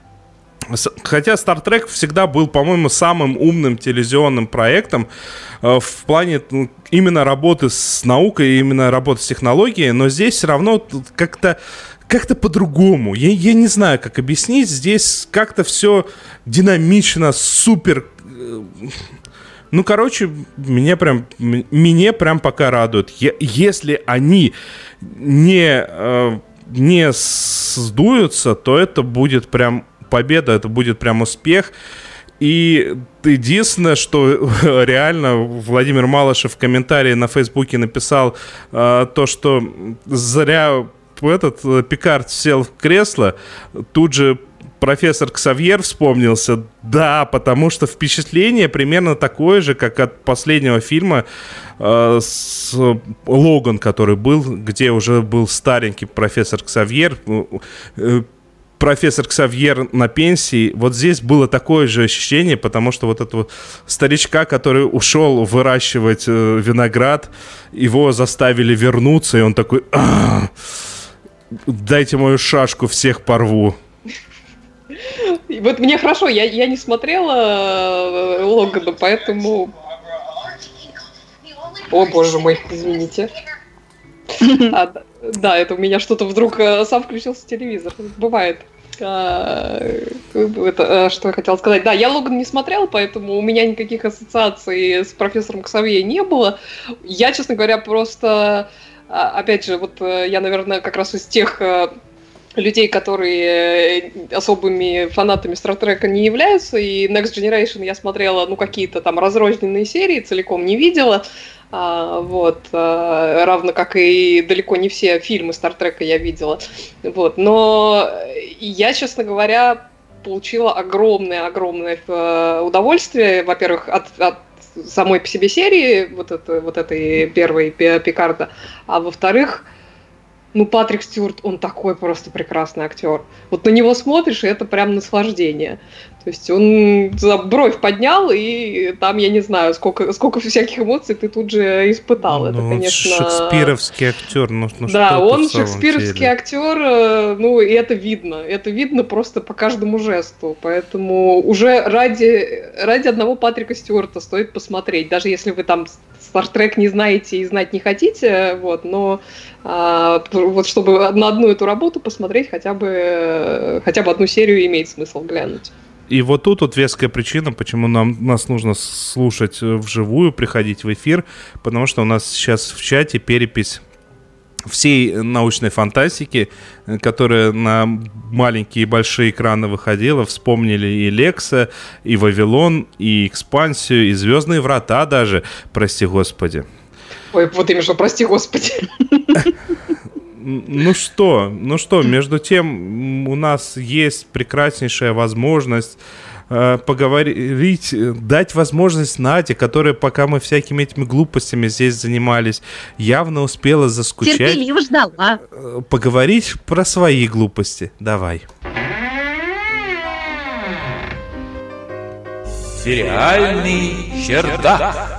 [SPEAKER 1] Хотя Star Trek всегда был, по-моему, самым умным телевизионным проектом э, в плане ну, именно работы с наукой, именно работы с технологией, но здесь все равно как-то как-то по-другому. Я, я не знаю, как объяснить. Здесь как-то все динамично, супер. Ну, короче, меня прям, меня прям пока радует. Я, если они не, не сдуются, то это будет прям победа, это будет прям успех. И единственное, что реально Владимир Малышев в комментарии на Фейсбуке написал э, то, что зря этот Пикард сел в кресло, тут же профессор Ксавьер вспомнился. Да, потому что впечатление примерно такое же, как от последнего фильма э, с Логан, который был, где уже был старенький профессор Ксавьер. Э, профессор Ксавьер на пенсии. Вот здесь было такое же ощущение, потому что вот этого старичка, который ушел выращивать э, виноград, его заставили вернуться, и он такой... Дайте мою шашку, всех порву.
[SPEAKER 4] Вот мне хорошо, я, я не смотрела Логана, поэтому... О, боже мой, извините. А, да, это у меня что-то вдруг сам включился телевизор. Бывает. А, это, что я хотела сказать. Да, я Логан не смотрела, поэтому у меня никаких ассоциаций с профессором Ксавье не было. Я, честно говоря, просто... Опять же, вот я, наверное, как раз из тех людей, которые особыми фанатами Стартрека не являются, и Next Generation я смотрела, ну, какие-то там разрозненные серии, целиком не видела, а, вот, а, равно как и далеко не все фильмы Стартрека я видела, вот, но я, честно говоря, получила огромное-огромное удовольствие, во-первых, от, от самой по себе серии, вот, это, вот этой первой Пикарда, а во-вторых, ну, Патрик Стюарт, он такой просто прекрасный актер. Вот на него смотришь, и это прям наслаждение. То есть он бровь поднял, и там, я не знаю, сколько, сколько всяких эмоций ты тут же испытал.
[SPEAKER 1] Ну,
[SPEAKER 4] это, конечно...
[SPEAKER 1] шекспировский актер. Ну, ну,
[SPEAKER 4] да,
[SPEAKER 1] что
[SPEAKER 4] он
[SPEAKER 1] в самом
[SPEAKER 4] шекспировский
[SPEAKER 1] деле.
[SPEAKER 4] актер, ну, и это видно. Это видно просто по каждому жесту. Поэтому уже ради, ради одного Патрика Стюарта стоит посмотреть. Даже если вы там Star Trek не знаете и знать не хотите, вот, но а, вот чтобы на одну эту работу посмотреть, хотя бы, хотя бы одну серию имеет смысл глянуть.
[SPEAKER 1] И вот тут вот веская причина, почему нам, нас нужно слушать вживую, приходить в эфир, потому что у нас сейчас в чате перепись всей научной фантастики, которая на маленькие и большие экраны выходила. Вспомнили и Лекса, и Вавилон, и Экспансию, и Звездные врата даже, прости господи.
[SPEAKER 4] Ой, вот именно что, прости господи.
[SPEAKER 1] Ну что, ну что, между тем у нас есть прекраснейшая возможность э, поговорить, дать возможность Наде, которая, пока мы всякими этими глупостями здесь занимались, явно успела заскучать.
[SPEAKER 3] Терпеливо ждала.
[SPEAKER 1] Э, поговорить про свои глупости. Давай.
[SPEAKER 2] Сериальный чердак.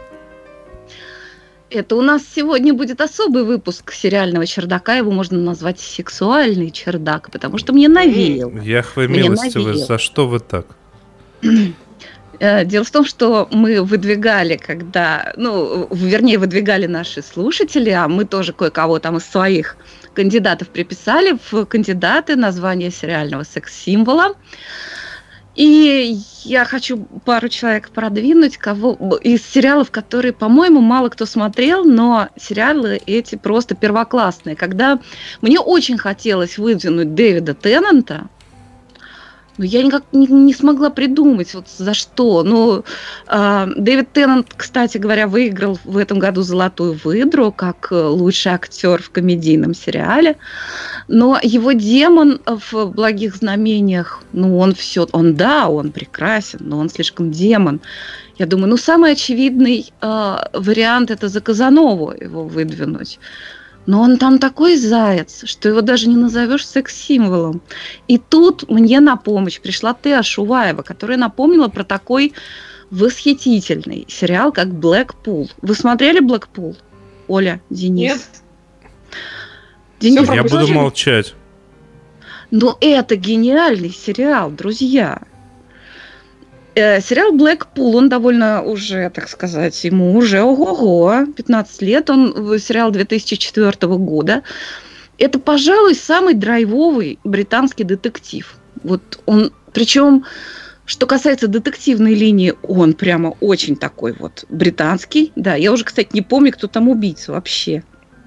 [SPEAKER 3] Это у нас сегодня будет особый выпуск сериального чердака. Его можно назвать сексуальный чердак, потому что мне навеял.
[SPEAKER 1] Яхве милостивый, за что вы так?
[SPEAKER 3] Дело в том, что мы выдвигали, когда, ну, вернее, выдвигали наши слушатели, а мы тоже кое-кого там из своих кандидатов приписали в кандидаты названия сериального секс-символа. И я хочу пару человек продвинуть, кого из сериалов, которые, по-моему, мало кто смотрел, но сериалы эти просто первоклассные. Когда мне очень хотелось выдвинуть Дэвида Теннанта, но я никак не, не смогла придумать, вот за что. Ну, э, Дэвид Теннант, кстати говоря, выиграл в этом году «Золотую выдру» как лучший актер в комедийном сериале. Но его демон в «Благих знамениях», ну, он все, он, да, он прекрасен, но он слишком демон. Я думаю, ну, самый очевидный э, вариант – это за Казанову его выдвинуть. Но он там такой заяц, что его даже не назовешь секс-символом. И тут мне на помощь пришла Теа Шуваева, которая напомнила про такой восхитительный сериал, как «Блэкпул». Вы смотрели «Блэкпул»? Оля, Денис?
[SPEAKER 4] Нет.
[SPEAKER 3] Денис,
[SPEAKER 1] я буду молчать.
[SPEAKER 3] Но это гениальный сериал, друзья. Э, сериал «Блэкпул», он довольно уже, так сказать, ему уже ого-го, пятнадцать лет, он сериал две тысячи четвёртого года. Это, пожалуй, самый драйвовый британский детектив. Вот он, причем, что касается детективной линии, он прямо очень такой вот британский. Да, я уже, кстати, не помню, кто там убийца вообще.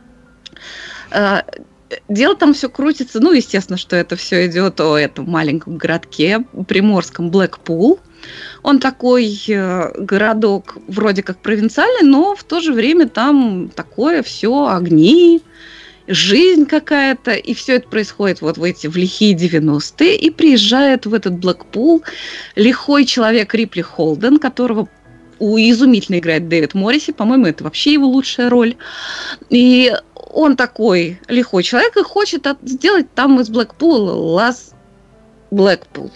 [SPEAKER 3] Дело там все крутится, ну, естественно, что это все идет о этом маленьком городке приморском Блэкпул. Он такой э, городок вроде как провинциальный, но в то же время там такое все огни, жизнь какая-то, и все это происходит вот в эти в лихие девяностые, и приезжает в этот Блэкпул лихой человек Рипли Холден, которого изумительно играет Дэвид Морриси, по-моему, это вообще его лучшая роль, и он такой лихой человек и хочет от, сделать там из Блэкпула Лас Блэкпул.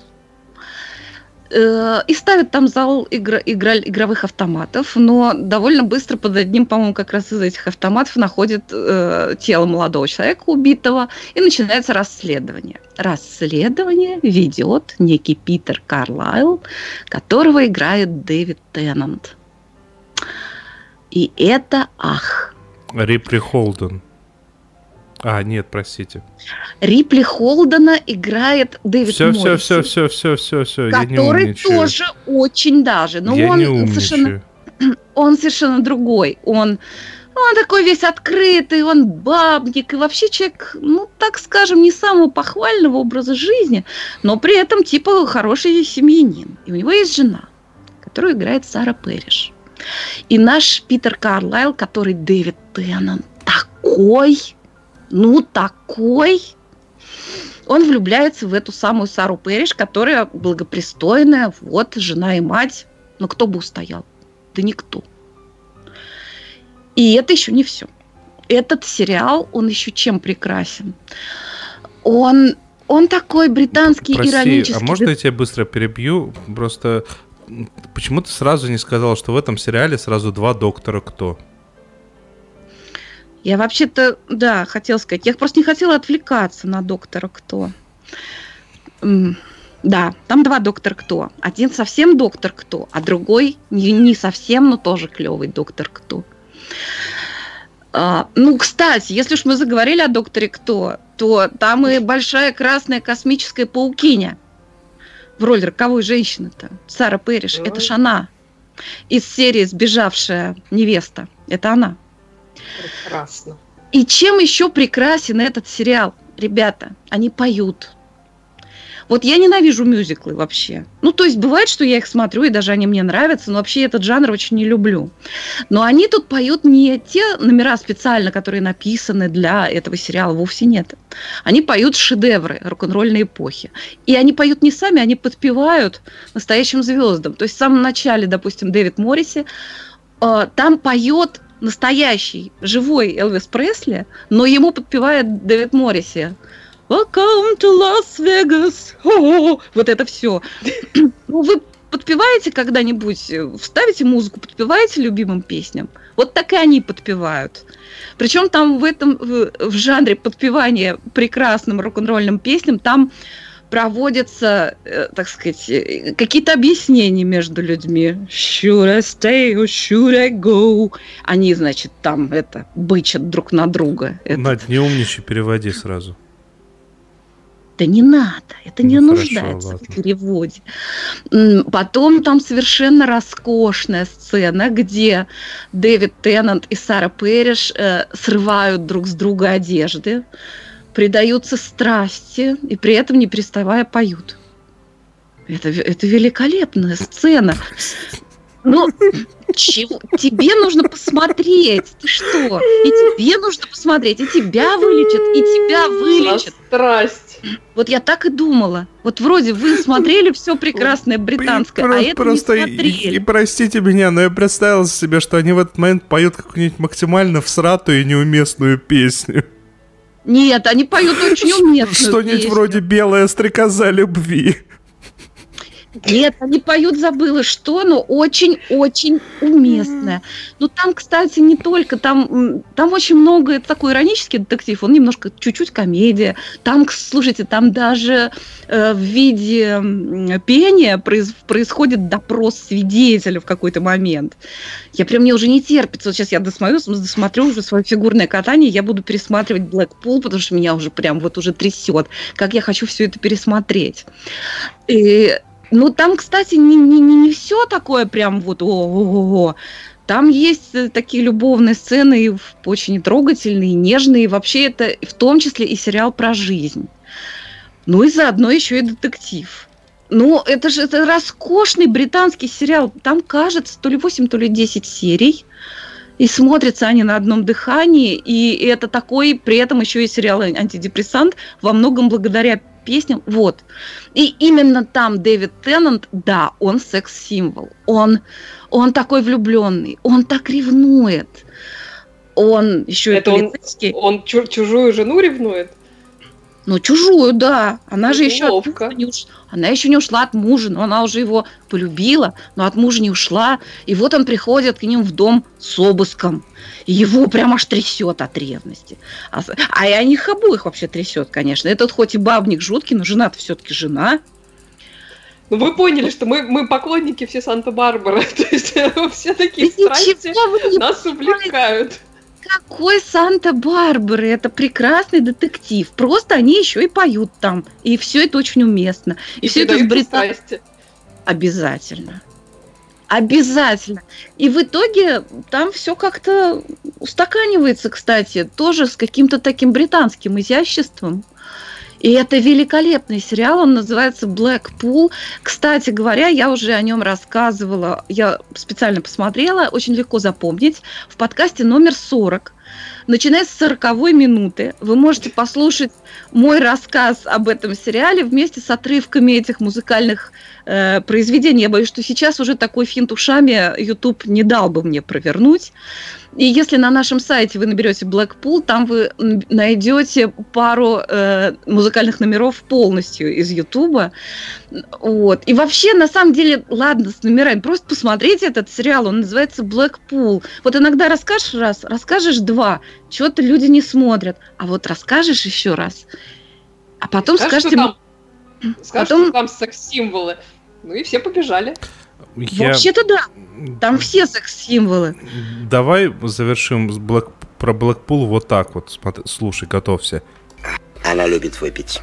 [SPEAKER 3] И ставит там зал игр, игра, игровых автоматов, но довольно быстро под одним, по-моему, как раз из этих автоматов находит э, тело молодого человека, убитого, и начинается расследование. Расследование ведет некий Питер Карлайл, которого играет Дэвид Теннант. И это ах.
[SPEAKER 1] Рипли Холден. А, нет, простите.
[SPEAKER 3] Рипли Холдена играет Дэвид
[SPEAKER 1] все,
[SPEAKER 3] Морриси.
[SPEAKER 1] Все, все, все, все, все, все.
[SPEAKER 3] Который тоже очень даже. Но
[SPEAKER 1] я
[SPEAKER 3] он
[SPEAKER 1] не умничаю.
[SPEAKER 3] совершенно, он совершенно другой. Он, он такой весь открытый, он бабник. И вообще человек, ну, так скажем, не самого похвального образа жизни, но при этом типа хороший семьянин. И у него есть жена, которую играет Сара Пэриш. И наш Питер Карлайл, который Дэвид Теннант, такой... Ну, такой. Он влюбляется в эту самую Сару Пэриш, которая благопристойная, вот, жена и мать. Но кто бы устоял? Да никто. И это еще не все. Этот сериал, он еще чем прекрасен? Он, он такой британский,
[SPEAKER 1] Прости,
[SPEAKER 3] иронический.
[SPEAKER 1] А можно я тебя быстро перебью? Просто почему ты сразу не сказала, что в этом сериале сразу два доктора Кто?
[SPEAKER 3] Я вообще-то, да, хотела сказать. Я просто не хотела отвлекаться на доктора Кто. Да, там два доктора Кто. Один совсем доктор Кто, а другой не, не совсем, но тоже клевый доктор Кто. А, ну, кстати, если уж мы заговорили о докторе Кто, то там и большая красная космическая паукиня в роли роковой женщины-то. Сара Пэриш. Это ж она. Из серии «Сбежавшая невеста». Это она.
[SPEAKER 4] Прекрасно.
[SPEAKER 3] И чем еще прекрасен этот сериал? Ребята, они поют. Вот я ненавижу мюзиклы вообще. Ну, то есть бывает, что я их смотрю, и даже они мне нравятся, но вообще этот жанр очень не люблю. Но они тут поют не те номера специально, которые написаны для этого сериала, вовсе нет. Они поют шедевры рок-н-ролльной эпохи. И они поют не сами, они подпевают настоящим звездам. То есть в самом начале, допустим, Дэвид Морриси, э, там поет настоящий, живой Элвис Пресли, но ему подпевает Дэвид Морриси. Welcome to Las Vegas. О-о-о. Вот это все. Ну, вы подпеваете когда-нибудь, вставите музыку, подпеваете любимым песням? Вот так и они подпевают. Причем там в этом, в, в жанре подпевания прекрасным рок-н-ролльным песням, там проводятся, э, так сказать, какие-то объяснения между людьми. Should I stay or should I go? Они, значит, там это бычат друг на друга.
[SPEAKER 1] Надь, не умничай, переводи сразу.
[SPEAKER 3] Да не надо, это не
[SPEAKER 1] ну,
[SPEAKER 3] нуждается
[SPEAKER 1] хорошо,
[SPEAKER 3] в переводе. Потом там совершенно роскошная сцена, где Дэвид Теннант и Сара Пэриш э, срывают друг с друга одежды, предаются страсти и при этом не переставая поют. Это, это великолепная сцена. Ну, чего? Тебе нужно посмотреть. Ты что? И тебе нужно посмотреть. И тебя вылечат, и тебя вылечат.
[SPEAKER 4] Страсть.
[SPEAKER 3] Вот я так и думала. Вот вроде вы смотрели все прекрасное британское, а это не смотрели.
[SPEAKER 1] И, и простите меня, но я представил себе, что они в этот момент поют какую-нибудь максимально всратую и неуместную песню.
[SPEAKER 3] Нет, они поют очень уместную
[SPEAKER 1] Что-нибудь
[SPEAKER 3] песню.
[SPEAKER 1] вроде «Белая стрекоза любви».
[SPEAKER 3] Нет, они поют, забыла что, но очень-очень уместное. Ну, там, кстати, не только, там, там очень много, это такой иронический детектив, он немножко, чуть-чуть комедия. Там, слушайте, там даже э, в виде пения произ, происходит допрос свидетеля в какой-то момент. Я прям, мне уже не терпится. Вот сейчас я досмотрю, досмотрю уже свое фигурное катание, я буду пересматривать Blackpool, потому что меня уже прям вот уже трясет. Как я хочу все это пересмотреть. И ну, там, кстати, не, не, не все такое прям вот о-о-о-о. Там есть такие любовные сцены, и очень трогательные, и нежные. И вообще это в том числе и сериал про жизнь. Ну и заодно еще и детектив. Ну, это же это роскошный британский сериал. Там, кажется, то ли восемь, то ли десять серий. И смотрятся они на одном дыхании. И это такой, при этом еще и сериал антидепрессант, во многом благодаря песням. Вот. И именно там Дэвид Теннант, да, он секс-символ. Он, он такой влюбленный. Он так ревнует. Он еще
[SPEAKER 4] это
[SPEAKER 3] и полицейский.
[SPEAKER 4] Он, он чу- чужую жену ревнует?
[SPEAKER 3] Ну, чужую, да. Она это же еще от
[SPEAKER 4] мужа
[SPEAKER 3] не ушла. Она еще не ушла от мужа, но она уже его полюбила, но от мужа не ушла. И вот он приходит к ним в дом с обыском. И его прям аж трясет от ревности. А, а и о них обоих вообще трясет, конечно. Этот хоть и бабник жуткий, но жена-то все-таки жена.
[SPEAKER 4] Ну, вы поняли, что мы, мы поклонники все Санта-Барбары. То есть все такие
[SPEAKER 3] да
[SPEAKER 4] страсти нас увлекают.
[SPEAKER 3] Какой Санта-Барбара? Это прекрасный детектив. Просто они еще и поют там. И все это очень уместно. И, и все это с Британией. Обязательно. Обязательно. И в итоге там все как-то устаканивается, кстати, тоже с каким-то таким британским изяществом. И это великолепный сериал, он называется Blackpool. Кстати говоря, я уже о нем рассказывала, я специально посмотрела, очень легко запомнить, в подкасте номер сорок. Начиная с сороковой минуты вы можете послушать мой рассказ об этом сериале вместе с отрывками этих музыкальных э, произведений. Я боюсь, что сейчас уже такой финт ушами YouTube не дал бы мне провернуть. И если на нашем сайте вы наберете Blackpool, там вы найдете пару э, музыкальных номеров полностью из YouTube. Вот. И вообще, на самом деле, ладно с номерами, просто посмотрите этот сериал, он называется Blackpool. Вот иногда расскажешь раз, расскажешь два, чего-то люди не смотрят, а вот расскажешь еще раз, а потом
[SPEAKER 4] скажешь,
[SPEAKER 3] скажете...
[SPEAKER 4] Что там, скажешь,
[SPEAKER 3] потом...
[SPEAKER 4] что там секс-символы. Ну и все побежали.
[SPEAKER 1] Я...
[SPEAKER 3] Вообще-то да. Там все секс-символы.
[SPEAKER 1] Давай завершим с Black... про Blackpool вот так вот. Смотри, слушай, готовься.
[SPEAKER 5] Она любит выпить.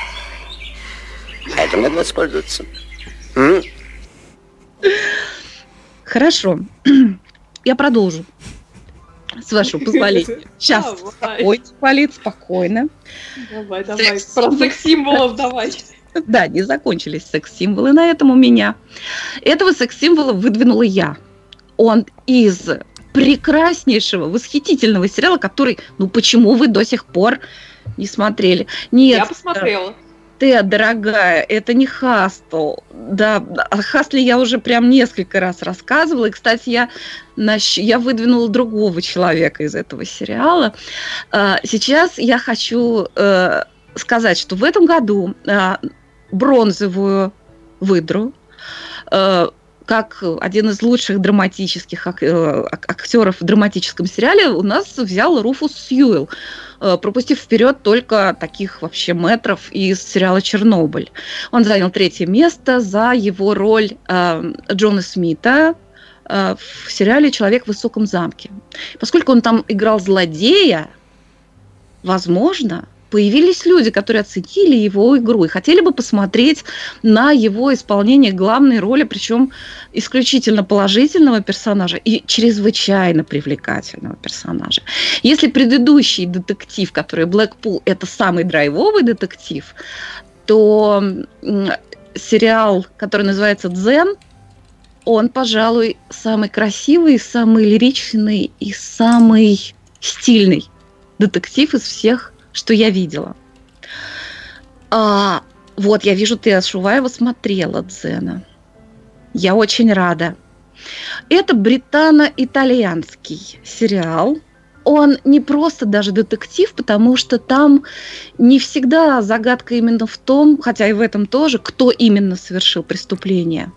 [SPEAKER 5] Этим надо воспользоваться. М?
[SPEAKER 3] Хорошо. Я продолжу. С вашего позволения. Сейчас спокойно, Полит, спокойно.
[SPEAKER 4] Давай, давай. Про секс-символов давай.
[SPEAKER 3] Да, не закончились секс-символы на этом у меня. Этого секс-символа выдвинула я. Он из прекраснейшего, восхитительного сериала, который, ну почему вы до сих пор не смотрели? Нет,
[SPEAKER 4] я посмотрела.
[SPEAKER 3] Ты, дорогая, это не Хастл. Да, о Хастле я уже прям несколько раз рассказывала. И, кстати, я, я выдвинула другого человека из этого сериала. Сейчас я хочу сказать, что в этом году бронзовую выдру, как один из лучших драматических актеров в драматическом сериале, у нас взял Руфус Сьюэлл, пропустив вперед только таких вообще мэтров из сериала «Чернобыль». Он занял третье место за его роль э, Джона Смита э, в сериале «Человек в высоком замке». Поскольку он там играл злодея, возможно, появились люди, которые оценили его игру и хотели бы посмотреть на его исполнение главной роли, причем исключительно положительного персонажа и чрезвычайно привлекательного персонажа. Если предыдущий детектив, который Блэкпул, это самый драйвовый детектив, то сериал, который называется «Дзен», он, пожалуй, самый красивый, самый лиричный и самый стильный детектив из всех, что я видела. А, вот, я вижу, ты, Шуваева, смотрела «Дзена». Я очень рада. Это британо-итальянский сериал. Он не просто даже детектив, потому что там не всегда загадка именно в том, хотя и в этом тоже, кто именно совершил преступление.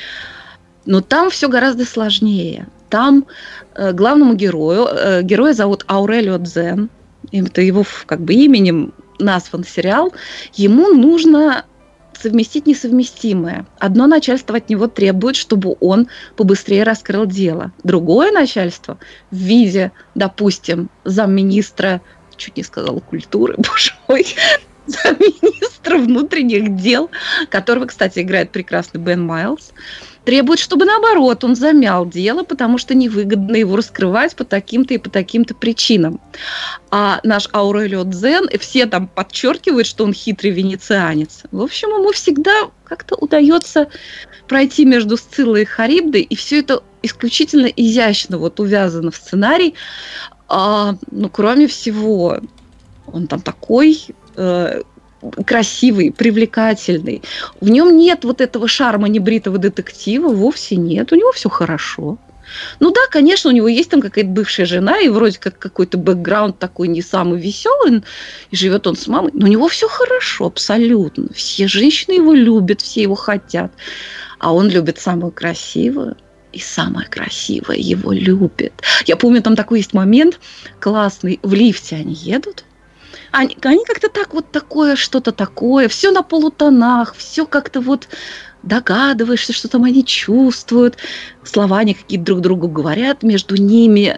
[SPEAKER 3] Но там все гораздо сложнее. Там э, главному герою, э, героя зовут Аурелио Дзен, это его как бы именем назван сериал, ему нужно совместить несовместимое. Одно начальство от него требует, чтобы он побыстрее раскрыл дело. Другое начальство в виде, допустим, замминистра, чуть не сказала культуры, боже мой, замминистра внутренних дел, которого, кстати, играет прекрасный Бен Майлз, требует, чтобы, наоборот, он замял дело, потому что невыгодно его раскрывать по таким-то и по таким-то причинам. А наш Аурелио Дзен, все там подчеркивают, что он хитрый венецианец. В общем, ему всегда как-то удается пройти между Сциллой и Харибдой, и все это исключительно изящно вот увязано в сценарий. А, ну, кроме всего, он там такой... Э, красивый, привлекательный. В нем нет вот этого шарма небритого детектива, вовсе нет. У него все хорошо. Ну да, конечно, у него есть там какая-то бывшая жена, и вроде как какой-то бэкграунд такой не самый веселый, и живет он с мамой, но у него все хорошо, абсолютно. Все женщины его любят, все его хотят. А он любит самую красивую, и самое красивое его любит. Я помню, там такой есть момент классный. В лифте они едут, Они, они как-то так вот такое, что-то такое, все на полутонах, все как-то вот догадываешься, что там они чувствуют. Слова они какие-то друг другу говорят, между ними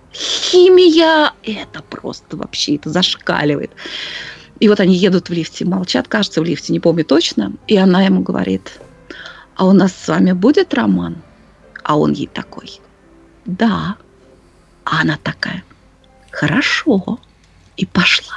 [SPEAKER 3] химия, это просто вообще, это зашкаливает. И вот они едут в лифте, молчат, кажется, в лифте, не помню точно, и она ему говорит: а у нас с вами будет роман? А он ей такой: да. А она такая: хорошо. И пошла.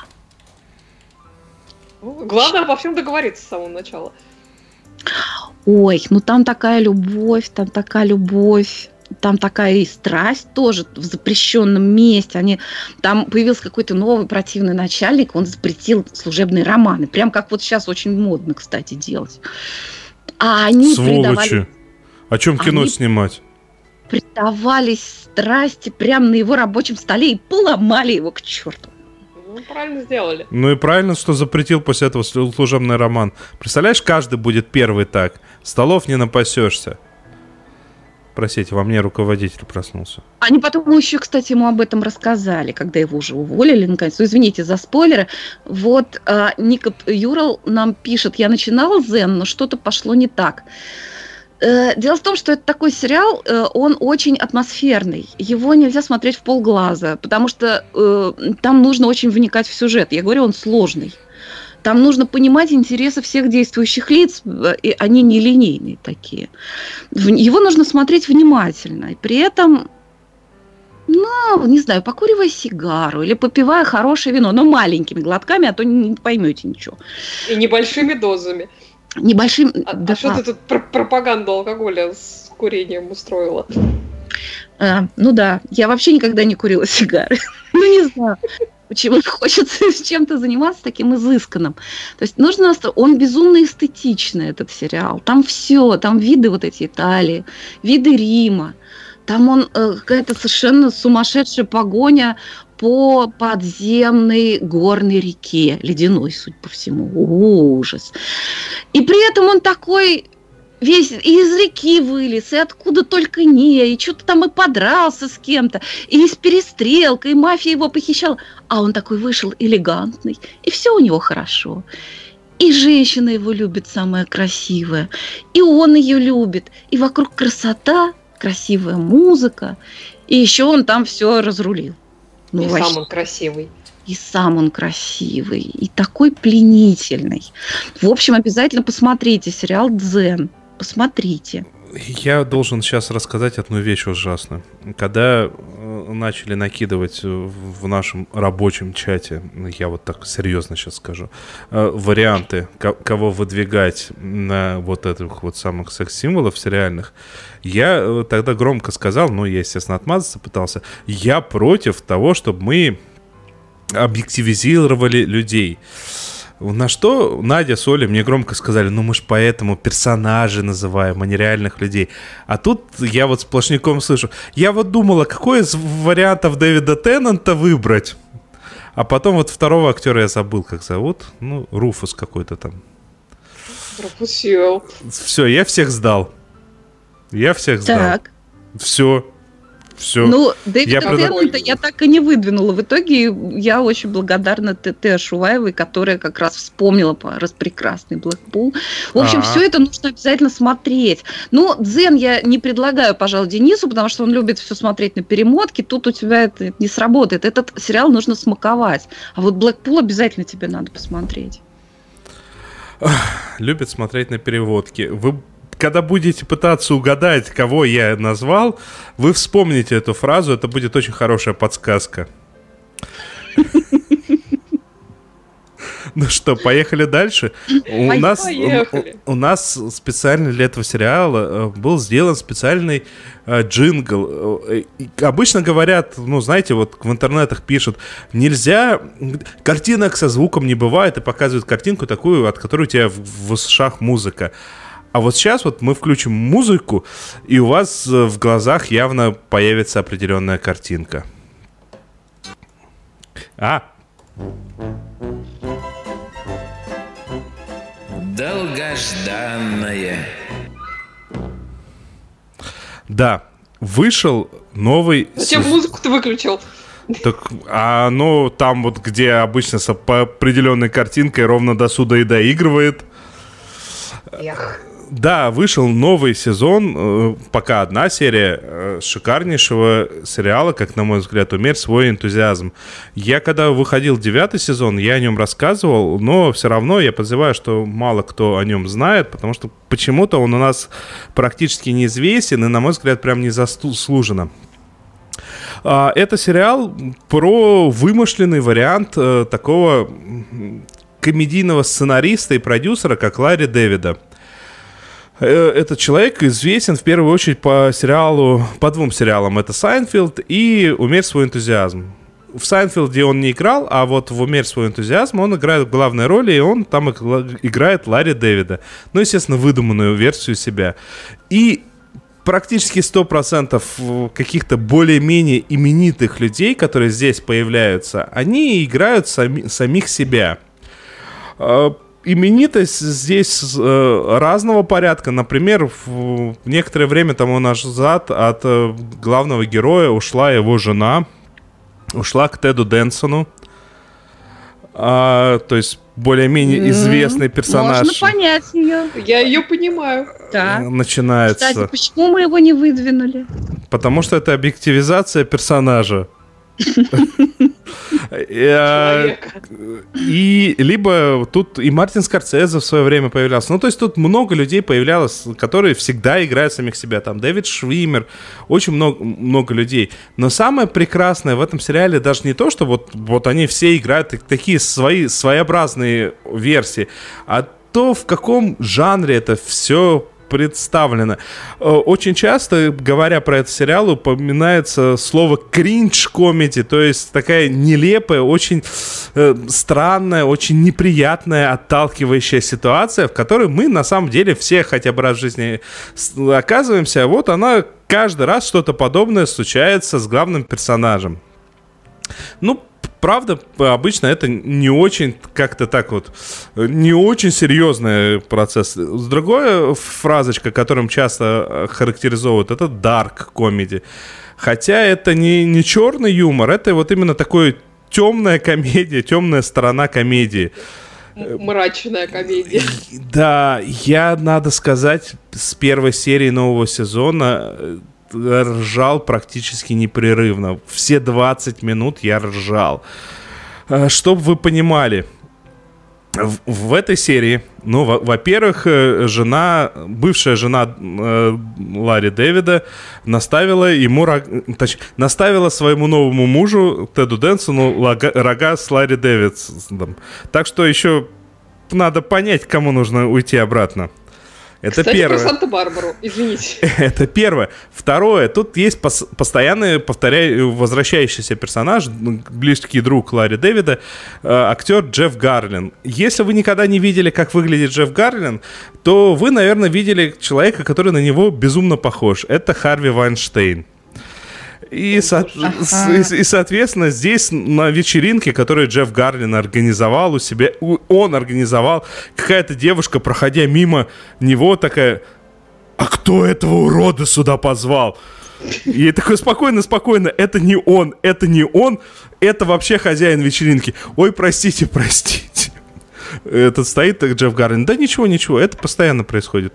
[SPEAKER 4] Главное обо всем договориться с самого начала.
[SPEAKER 3] Ой, ну там такая любовь, там такая любовь, там такая и страсть тоже в запрещенном месте. Они, там появился какой-то новый противный начальник, он запретил служебные романы. Прям как вот сейчас очень модно, кстати, делать. А они
[SPEAKER 1] Сволочи.
[SPEAKER 3] Придавали...
[SPEAKER 1] О чем кино
[SPEAKER 3] они
[SPEAKER 1] снимать?
[SPEAKER 3] Предавались страсти прямо на его рабочем столе и поломали его к черту.
[SPEAKER 4] Ну, правильно сделали.
[SPEAKER 1] Ну и правильно, что запретил после этого служебный роман. Представляешь, каждый будет первый так. Столов не напасешься. Простите, во мне руководитель проснулся.
[SPEAKER 3] Они потом еще, кстати, ему об этом рассказали, когда его уже уволили, наконец. Ну, извините за спойлеры. Вот э, Никоп Юрал нам пишет: я начинала «Дзен», но что-то пошло не так. Дело в том, что это такой сериал, он очень атмосферный. Его нельзя смотреть в полглаза, потому что э, там нужно очень вникать в сюжет. Я говорю, он сложный. Там нужно понимать интересы всех действующих лиц, и они нелинейные такие. Его нужно смотреть внимательно. И при этом, ну, не знаю, покуривая сигару или попивая хорошее вино, но маленькими глотками, а то не поймете ничего.
[SPEAKER 4] И небольшими дозами.
[SPEAKER 3] Небольшим...
[SPEAKER 4] А,
[SPEAKER 3] да.
[SPEAKER 4] а что ты тут про пропаганду алкоголя с курением устроила?
[SPEAKER 3] А, ну да, я вообще никогда не курила сигары. Ну, не знаю, почему хочется с чем-то заниматься таким изысканным. То есть нужно... Он безумно эстетичный, этот сериал. Там все, там виды вот эти Италии, виды Рима. Там он э, какая-то совершенно сумасшедшая погоня по подземной горной реке, ледяной, судя по всему. Ужас. И при этом он такой весь и из реки вылез, и откуда только не, и что-то там и подрался с кем-то, и с перестрелкой, и мафия его похищала. А он такой вышел элегантный, и все у него хорошо. И женщина его любит, самая красивая, и он ее любит, и вокруг красота, красивая музыка, и еще он там все разрулил. Ну,
[SPEAKER 4] и
[SPEAKER 3] вообще.
[SPEAKER 4] сам он красивый.
[SPEAKER 3] И сам он красивый, и такой пленительный. В общем, обязательно посмотрите сериал «Дзен». Посмотрите.
[SPEAKER 1] Я должен сейчас рассказать одну вещь ужасную. Когда э, начали накидывать в нашем рабочем чате, я вот так серьезно сейчас скажу, э, варианты, ко- кого выдвигать на вот этих вот самых секс-символов сериальных, я э, тогда громко сказал, ну, я, естественно, отмазаться пытался, я против того, чтобы мы объективизировали людей. На что Надя с Олей мне громко сказали, ну мы ж поэтому персонажей называем, а не реальных людей. А тут я вот сплошняком слышу, я вот думала, какой из вариантов Дэвида Теннанта выбрать. А потом вот второго актера я забыл, как зовут. Ну, Руфус какой-то там.
[SPEAKER 4] Руфус Сьюэлл.
[SPEAKER 1] Все, я всех сдал. Я всех сдал.
[SPEAKER 3] Так.
[SPEAKER 1] Все. Все.
[SPEAKER 3] Ну, Дэвида
[SPEAKER 1] Я
[SPEAKER 3] Теннанта я так и не выдвинула. В итоге я очень благодарна ТТ Шуваевой, которая как раз вспомнила про распрекрасный Блэкпул. В общем,
[SPEAKER 1] А-а.
[SPEAKER 3] все это нужно обязательно смотреть. Но Дзен я не предлагаю, пожалуй, Денису, потому что он любит все смотреть на перемотке. Тут у тебя это не сработает. Этот сериал нужно смаковать. А вот Блэкпул обязательно тебе надо посмотреть.
[SPEAKER 1] Любит смотреть на переводки. Вы когда будете пытаться угадать, кого я назвал, вы вспомните эту фразу, это будет очень хорошая подсказка. Ну что, поехали дальше. У нас, у, у нас специально для этого сериала был сделан специальный джингл. Обычно говорят, ну знаете, вот в интернетах пишут, нельзя, картинок со звуком не бывает, и показывают картинку такую, от которой у тебя в, в ушах музыка. А вот сейчас вот мы включим музыку, и у вас в глазах явно появится определенная картинка. А.
[SPEAKER 2] Долгожданное.
[SPEAKER 1] Да, вышел новый...
[SPEAKER 4] Зачем сез... музыку ты выключил?
[SPEAKER 1] Так, а ну там вот, где обычно с по определенной картинкой ровно до суда и доигрывает.
[SPEAKER 4] Эх.
[SPEAKER 1] Да, вышел новый сезон, пока одна серия шикарнейшего сериала, как на мой взгляд, «Умерь свой энтузиазм». Я когда выходил девятый сезон, я о нем рассказывал, но все равно я подозреваю, что мало кто о нем знает, потому что почему-то он у нас практически неизвестен и, на мой взгляд, прям незаслуженно. Это сериал про вымышленный вариант такого комедийного сценариста и продюсера, как Ларри Дэвида. Этот человек известен в первую очередь по сериалу, по двум сериалам. Это «Сайнфелд» и «Умерь свой энтузиазм». В «Сайнфелде» он не играл, а вот в «Умерь свой энтузиазм» он играет в главной роли, и он там играет Ларри Дэвида. Ну, естественно, выдуманную версию себя. И практически сто процентов каких-то более-менее именитых людей, которые здесь появляются, они играют сами, самих себя. Именитость здесь э, разного порядка. Например, в некоторое время тому назад от э, главного героя ушла его жена, ушла к Теду Денсону. А, то есть более-менее известный персонаж.
[SPEAKER 3] Можно понять ее.
[SPEAKER 4] Я ее понимаю.
[SPEAKER 3] Да.
[SPEAKER 1] Начинается.
[SPEAKER 3] Кстати, почему мы его не выдвинули?
[SPEAKER 1] Потому что это объективизация персонажа. И либо тут и Мартин Скорсезе в свое время появлялся. Ну, то есть тут много людей появлялось, которые всегда играют самих себя. Там Дэвид Швиммер, очень много, много людей. Но самое прекрасное в этом сериале даже не то, что вот, вот они все играют такие свои, своеобразные версии, а то, в каком жанре это все представлено. Очень часто, говоря про этот сериал, упоминается слово кринж-комеди, то есть такая нелепая, очень э, странная, очень неприятная, отталкивающая ситуация, в которой мы на самом деле все хотя бы раз в жизни оказываемся, а вот она каждый раз что-то подобное случается с главным персонажем. Ну, правда, обычно это не очень как-то так вот, не очень серьезный процесс. Другая фразочка, которым часто характеризуют, это dark comedy. Хотя это не, не черный юмор, это вот именно такой темная комедия, темная сторона комедии.
[SPEAKER 4] Мрачная комедия.
[SPEAKER 1] Да, я, надо сказать, с первой серии нового сезона ржал практически непрерывно. Все двадцать минут я ржал. Чтобы вы понимали, в, в этой серии, ну, во- во-первых, жена, бывшая жена э, Ларри Дэвида наставила ему, точ, наставила своему новому мужу Теду Денсону лага, рога с Ларри Дэвидом. Так что еще надо понять, кому нужно уйти обратно. Это
[SPEAKER 4] Кстати,
[SPEAKER 1] первое.
[SPEAKER 4] про Санта-Барбару, извините.
[SPEAKER 1] Это первое. Второе, тут есть пос- постоянный, повторяю, возвращающийся персонаж, близкий друг Ларри Дэвида, э, актер Джефф Гарлин. Если вы никогда не видели, как выглядит Джефф Гарлин, то вы, наверное, видели человека, который на него безумно похож. Это Харви Вайнштейн. И, со- ага. и, и, соответственно, здесь на вечеринке, которую Джефф Гарлин организовал у себя, он организовал, какая-то девушка, проходя мимо него, такая: а кто этого урода сюда позвал? И такой: спокойно, спокойно, это не он, это не он, это вообще хозяин вечеринки. Ой, простите, простите. Этот стоит Джефф Гарлин: да ничего, ничего, это постоянно происходит.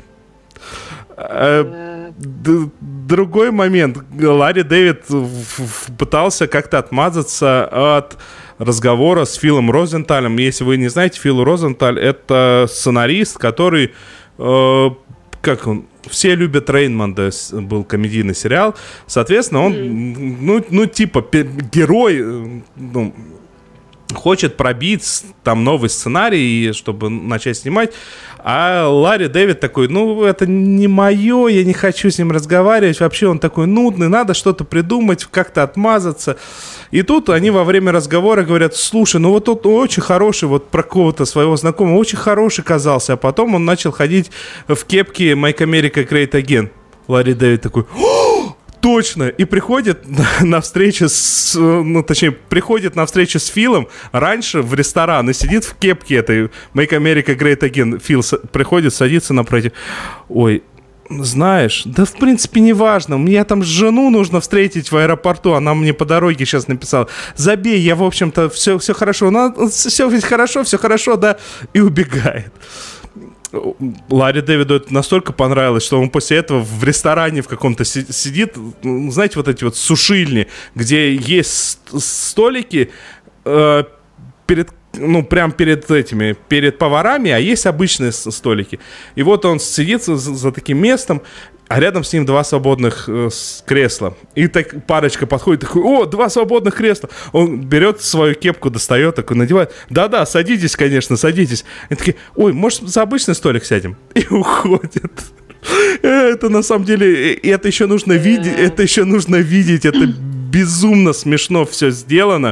[SPEAKER 1] Д- другой момент. Ларри Дэвид пытался как-то отмазаться от разговора с Филом Розенталем. Если вы не знаете, Фил Розенталь — это сценарист, который... Э, как он? Все любят Рейнмонда, был комедийный сериал. Соответственно, он, mm. ну, ну, типа, герой... Ну, хочет пробить там новый сценарий, чтобы начать снимать. А Ларри Дэвид такой: ну, это не мое, я не хочу с ним разговаривать. Вообще он такой нудный, надо что-то придумать, как-то отмазаться. И тут они во время разговора говорят: слушай, ну вот тут очень хороший, вот про кого-то своего знакомого, очень хороший казался. А потом он начал ходить в кепке Make America Great Again. Ларри Дэвид такой: точно! И приходит на встречу с... Ну, точнее, приходит на встречу с Филом раньше в ресторан и сидит в кепке этой Make America Great Again. Фил с... приходит, садится напротив. Ой, знаешь, да в принципе не важно. Мне там жену нужно встретить в аэропорту. Она мне по дороге сейчас написала: забей, я, в общем-то, все, все хорошо. Ну, все хорошо, все хорошо, да. И убегает. Ларри Дэвиду это настолько понравилось, что он после этого в ресторане в каком-то сидит, знаете, вот эти вот сушильни, где есть столики э, перед, ну, прям перед этими, перед поварами, а есть обычные столики. И вот он сидит за, за таким местом, а рядом с ним два свободных э, кресла. И так парочка подходит, такой: о, два свободных кресла. Он берет свою кепку, достает, такой надевает: да-да, садитесь, конечно, садитесь. И такие: ой, может, за обычный столик сядем? И уходят. Это на самом деле, это еще нужно видеть, это еще нужно видеть, это безумно смешно все сделано.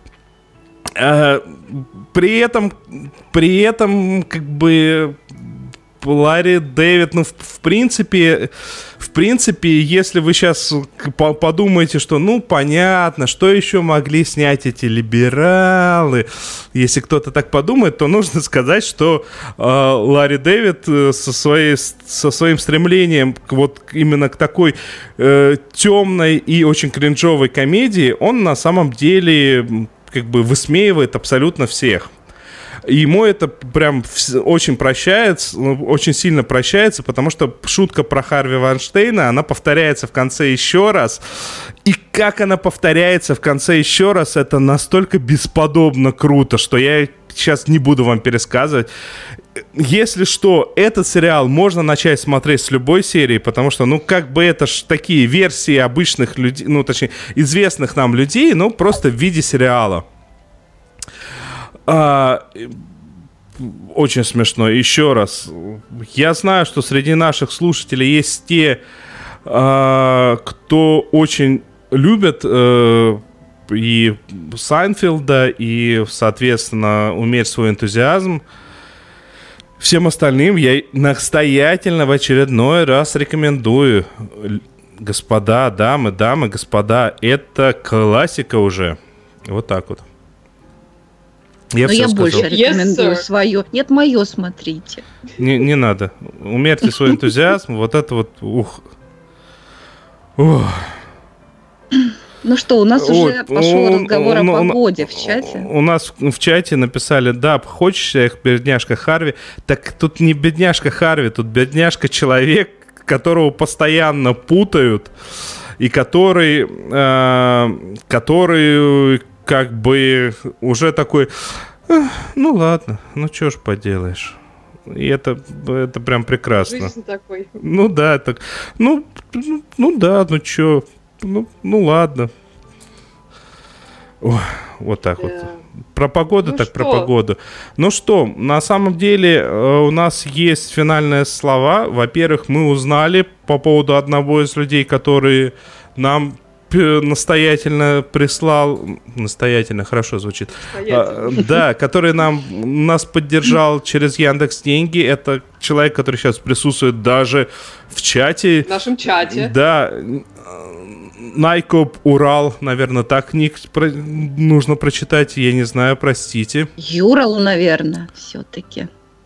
[SPEAKER 1] При этом, при этом, как бы... Ларри Дэвид, ну, в, в принципе, в принципе, если вы сейчас по- подумаете, что, ну, понятно, что еще могли снять эти либералы, если кто-то так подумает, то нужно сказать, что э, Ларри Дэвид со, своей, со своим стремлением к, вот именно к такой э, темной и очень кринжовой комедии, он на самом деле как бы высмеивает абсолютно всех. И ему это прям очень прощается, очень сильно прощается, потому что шутка про Харви Вайнштейна, она повторяется в конце еще раз. И как она повторяется в конце еще раз, это настолько бесподобно круто, что я сейчас не буду вам пересказывать. Если что, этот сериал можно начать смотреть с любой серии, потому что, ну, как бы это ж такие версии обычных людей, ну, точнее, известных нам людей, ну, просто в виде сериала. А, очень смешно. Еще раз. Я знаю, что среди наших слушателей есть те, а, кто очень любят а, и Сайнфелда, и, соответственно, умерить свой энтузиазм. Всем остальным я настоятельно в очередной раз рекомендую. Господа, дамы, дамы, господа, это классика уже. Вот так вот. Я
[SPEAKER 3] Но я
[SPEAKER 1] сказал.
[SPEAKER 3] больше рекомендую
[SPEAKER 4] Yes,
[SPEAKER 3] свое. Нет, мое смотрите.
[SPEAKER 1] Не, не надо. Умерьте свой энтузиазм. Вот это вот... Ух. Ух.
[SPEAKER 3] Ну что, у нас
[SPEAKER 1] Ой,
[SPEAKER 3] уже пошел
[SPEAKER 1] он-
[SPEAKER 3] разговор
[SPEAKER 1] он-
[SPEAKER 3] о
[SPEAKER 1] он-
[SPEAKER 3] погоде в чате.
[SPEAKER 1] У нас в чате написали, да, хочешь их бедняжка Харви. Так тут не бедняжка Харви, тут бедняжка человек, которого постоянно путают, и который, э, который как бы уже такой, «Эх, ну ладно, ну что ж поделаешь». И это, это прям прекрасно.
[SPEAKER 4] Жизнь такой.
[SPEAKER 1] Ну да, так, ну, ну, ну да, ну чё, ну, ну ладно. Ой, вот так
[SPEAKER 4] Да.
[SPEAKER 1] вот. Про погоду,
[SPEAKER 4] Ну
[SPEAKER 1] так
[SPEAKER 4] что?
[SPEAKER 1] про погоду. Ну что, на самом деле э, у нас есть финальные слова. Во-первых, мы узнали по поводу одного из людей, который нам п- настоятельно прислал, настоятельно, хорошо звучит, а, да, который нам, нас поддержал через Яндекс.Деньги. Это человек, который сейчас присутствует даже в чате.
[SPEAKER 4] В нашем чате.
[SPEAKER 1] Да, Найкоп Урал, наверное, так ник про- нужно прочитать, я не знаю, простите.
[SPEAKER 3] Юрал, наверное, все-таки.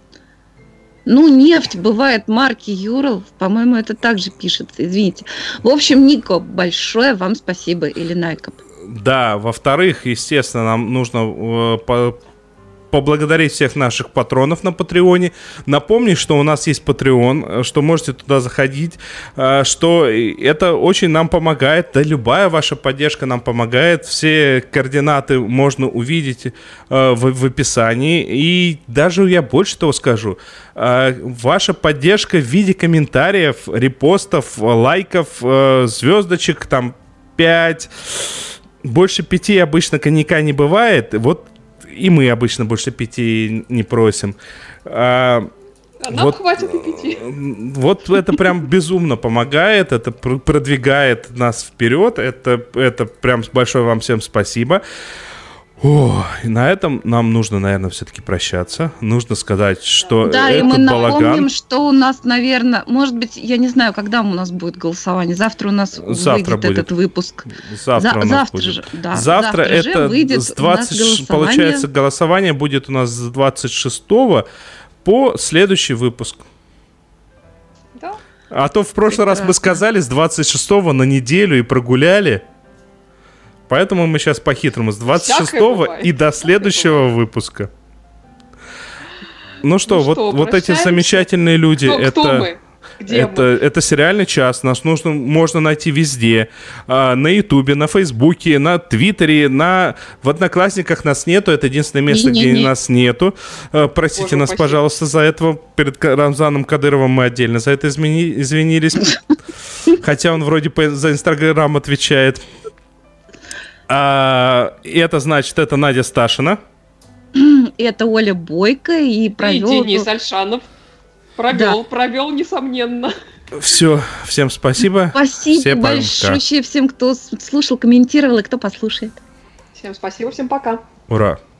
[SPEAKER 3] Ну, нефть бывает марки Юрал. По-моему, это также пишется, извините. В общем, Нико, большое вам спасибо, или Найкоп.
[SPEAKER 1] Да, во-вторых, естественно, нам нужно э, по- поблагодарить всех наших патронов на Патреоне. Напомнить, что у нас есть Patreon, что можете туда заходить, э, что это очень нам помогает. Да, любая ваша поддержка нам помогает. Все координаты можно увидеть э, в, в описании. И даже я больше того скажу. Э, ваша поддержка в виде комментариев, репостов, лайков, э, звездочек, там пять... Больше пяти обычно коньяка не бывает. Вот и мы обычно больше пяти не просим. А,
[SPEAKER 4] А нам
[SPEAKER 1] вот,
[SPEAKER 4] хватит и пяти.
[SPEAKER 1] Вот это прям безумно помогает. Это пр- продвигает нас вперед. Это, это прям большое вам всем спасибо. О, и на этом нам нужно, наверное, все-таки прощаться. Нужно сказать, что
[SPEAKER 3] Да, и
[SPEAKER 1] этот
[SPEAKER 3] мы напомним,
[SPEAKER 1] балаган...
[SPEAKER 3] что у нас, наверное, может быть, я не знаю, когда у нас будет голосование. Завтра у нас
[SPEAKER 1] Завтра
[SPEAKER 3] выйдет
[SPEAKER 1] будет.
[SPEAKER 3] этот выпуск.
[SPEAKER 1] Завтра,
[SPEAKER 3] За-
[SPEAKER 1] у нас
[SPEAKER 3] завтра
[SPEAKER 1] будет.
[SPEAKER 3] же, да,
[SPEAKER 1] Завтра,
[SPEAKER 3] завтра же
[SPEAKER 1] это
[SPEAKER 3] выйдет
[SPEAKER 1] с
[SPEAKER 3] у нас
[SPEAKER 1] двадцать,
[SPEAKER 3] голосование.
[SPEAKER 1] получается, голосование будет у нас с двадцать шестого по следующий выпуск.
[SPEAKER 4] Да.
[SPEAKER 1] А то в прошлый раз мы
[SPEAKER 3] Прекрасно.
[SPEAKER 1] сказали с двадцать шестого на неделю и прогуляли. Поэтому мы сейчас по-хитрому с двадцать шестого
[SPEAKER 4] бывает.
[SPEAKER 1] и до
[SPEAKER 4] Всякое
[SPEAKER 1] следующего выпуска. Ну что,
[SPEAKER 4] Ну
[SPEAKER 1] вот,
[SPEAKER 4] что,
[SPEAKER 1] вот эти
[SPEAKER 4] прощаемся?
[SPEAKER 1] замечательные люди,
[SPEAKER 4] Кто,
[SPEAKER 1] это...
[SPEAKER 4] кто мы? Где
[SPEAKER 1] Это,
[SPEAKER 4] мы?
[SPEAKER 1] это сериальный час. Нас нужно, можно найти везде. А, на Ютубе, на Фейсбуке, на Твиттере, на... В Одноклассниках нас нету. Это единственное место, где
[SPEAKER 3] Не-не-не.
[SPEAKER 1] нас нету. А, простите
[SPEAKER 4] Боже
[SPEAKER 1] нас,
[SPEAKER 4] упаси.
[SPEAKER 1] пожалуйста, за это. Перед Ка- Рамзаном Кадыровым мы отдельно за это измени- извинились. Хотя он вроде по- за Инстаграм отвечает. А, и это значит, это Надя Сташина.
[SPEAKER 3] Это Оля Бойко и
[SPEAKER 4] И
[SPEAKER 3] провел...
[SPEAKER 4] Денис Альшанов. Провел, провел, несомненно.
[SPEAKER 1] Все, всем спасибо.
[SPEAKER 3] Спасибо
[SPEAKER 1] Все пока.
[SPEAKER 3] большое всем, кто с- слушал, комментировал и кто послушает.
[SPEAKER 4] Всем спасибо, всем пока.
[SPEAKER 1] Ура.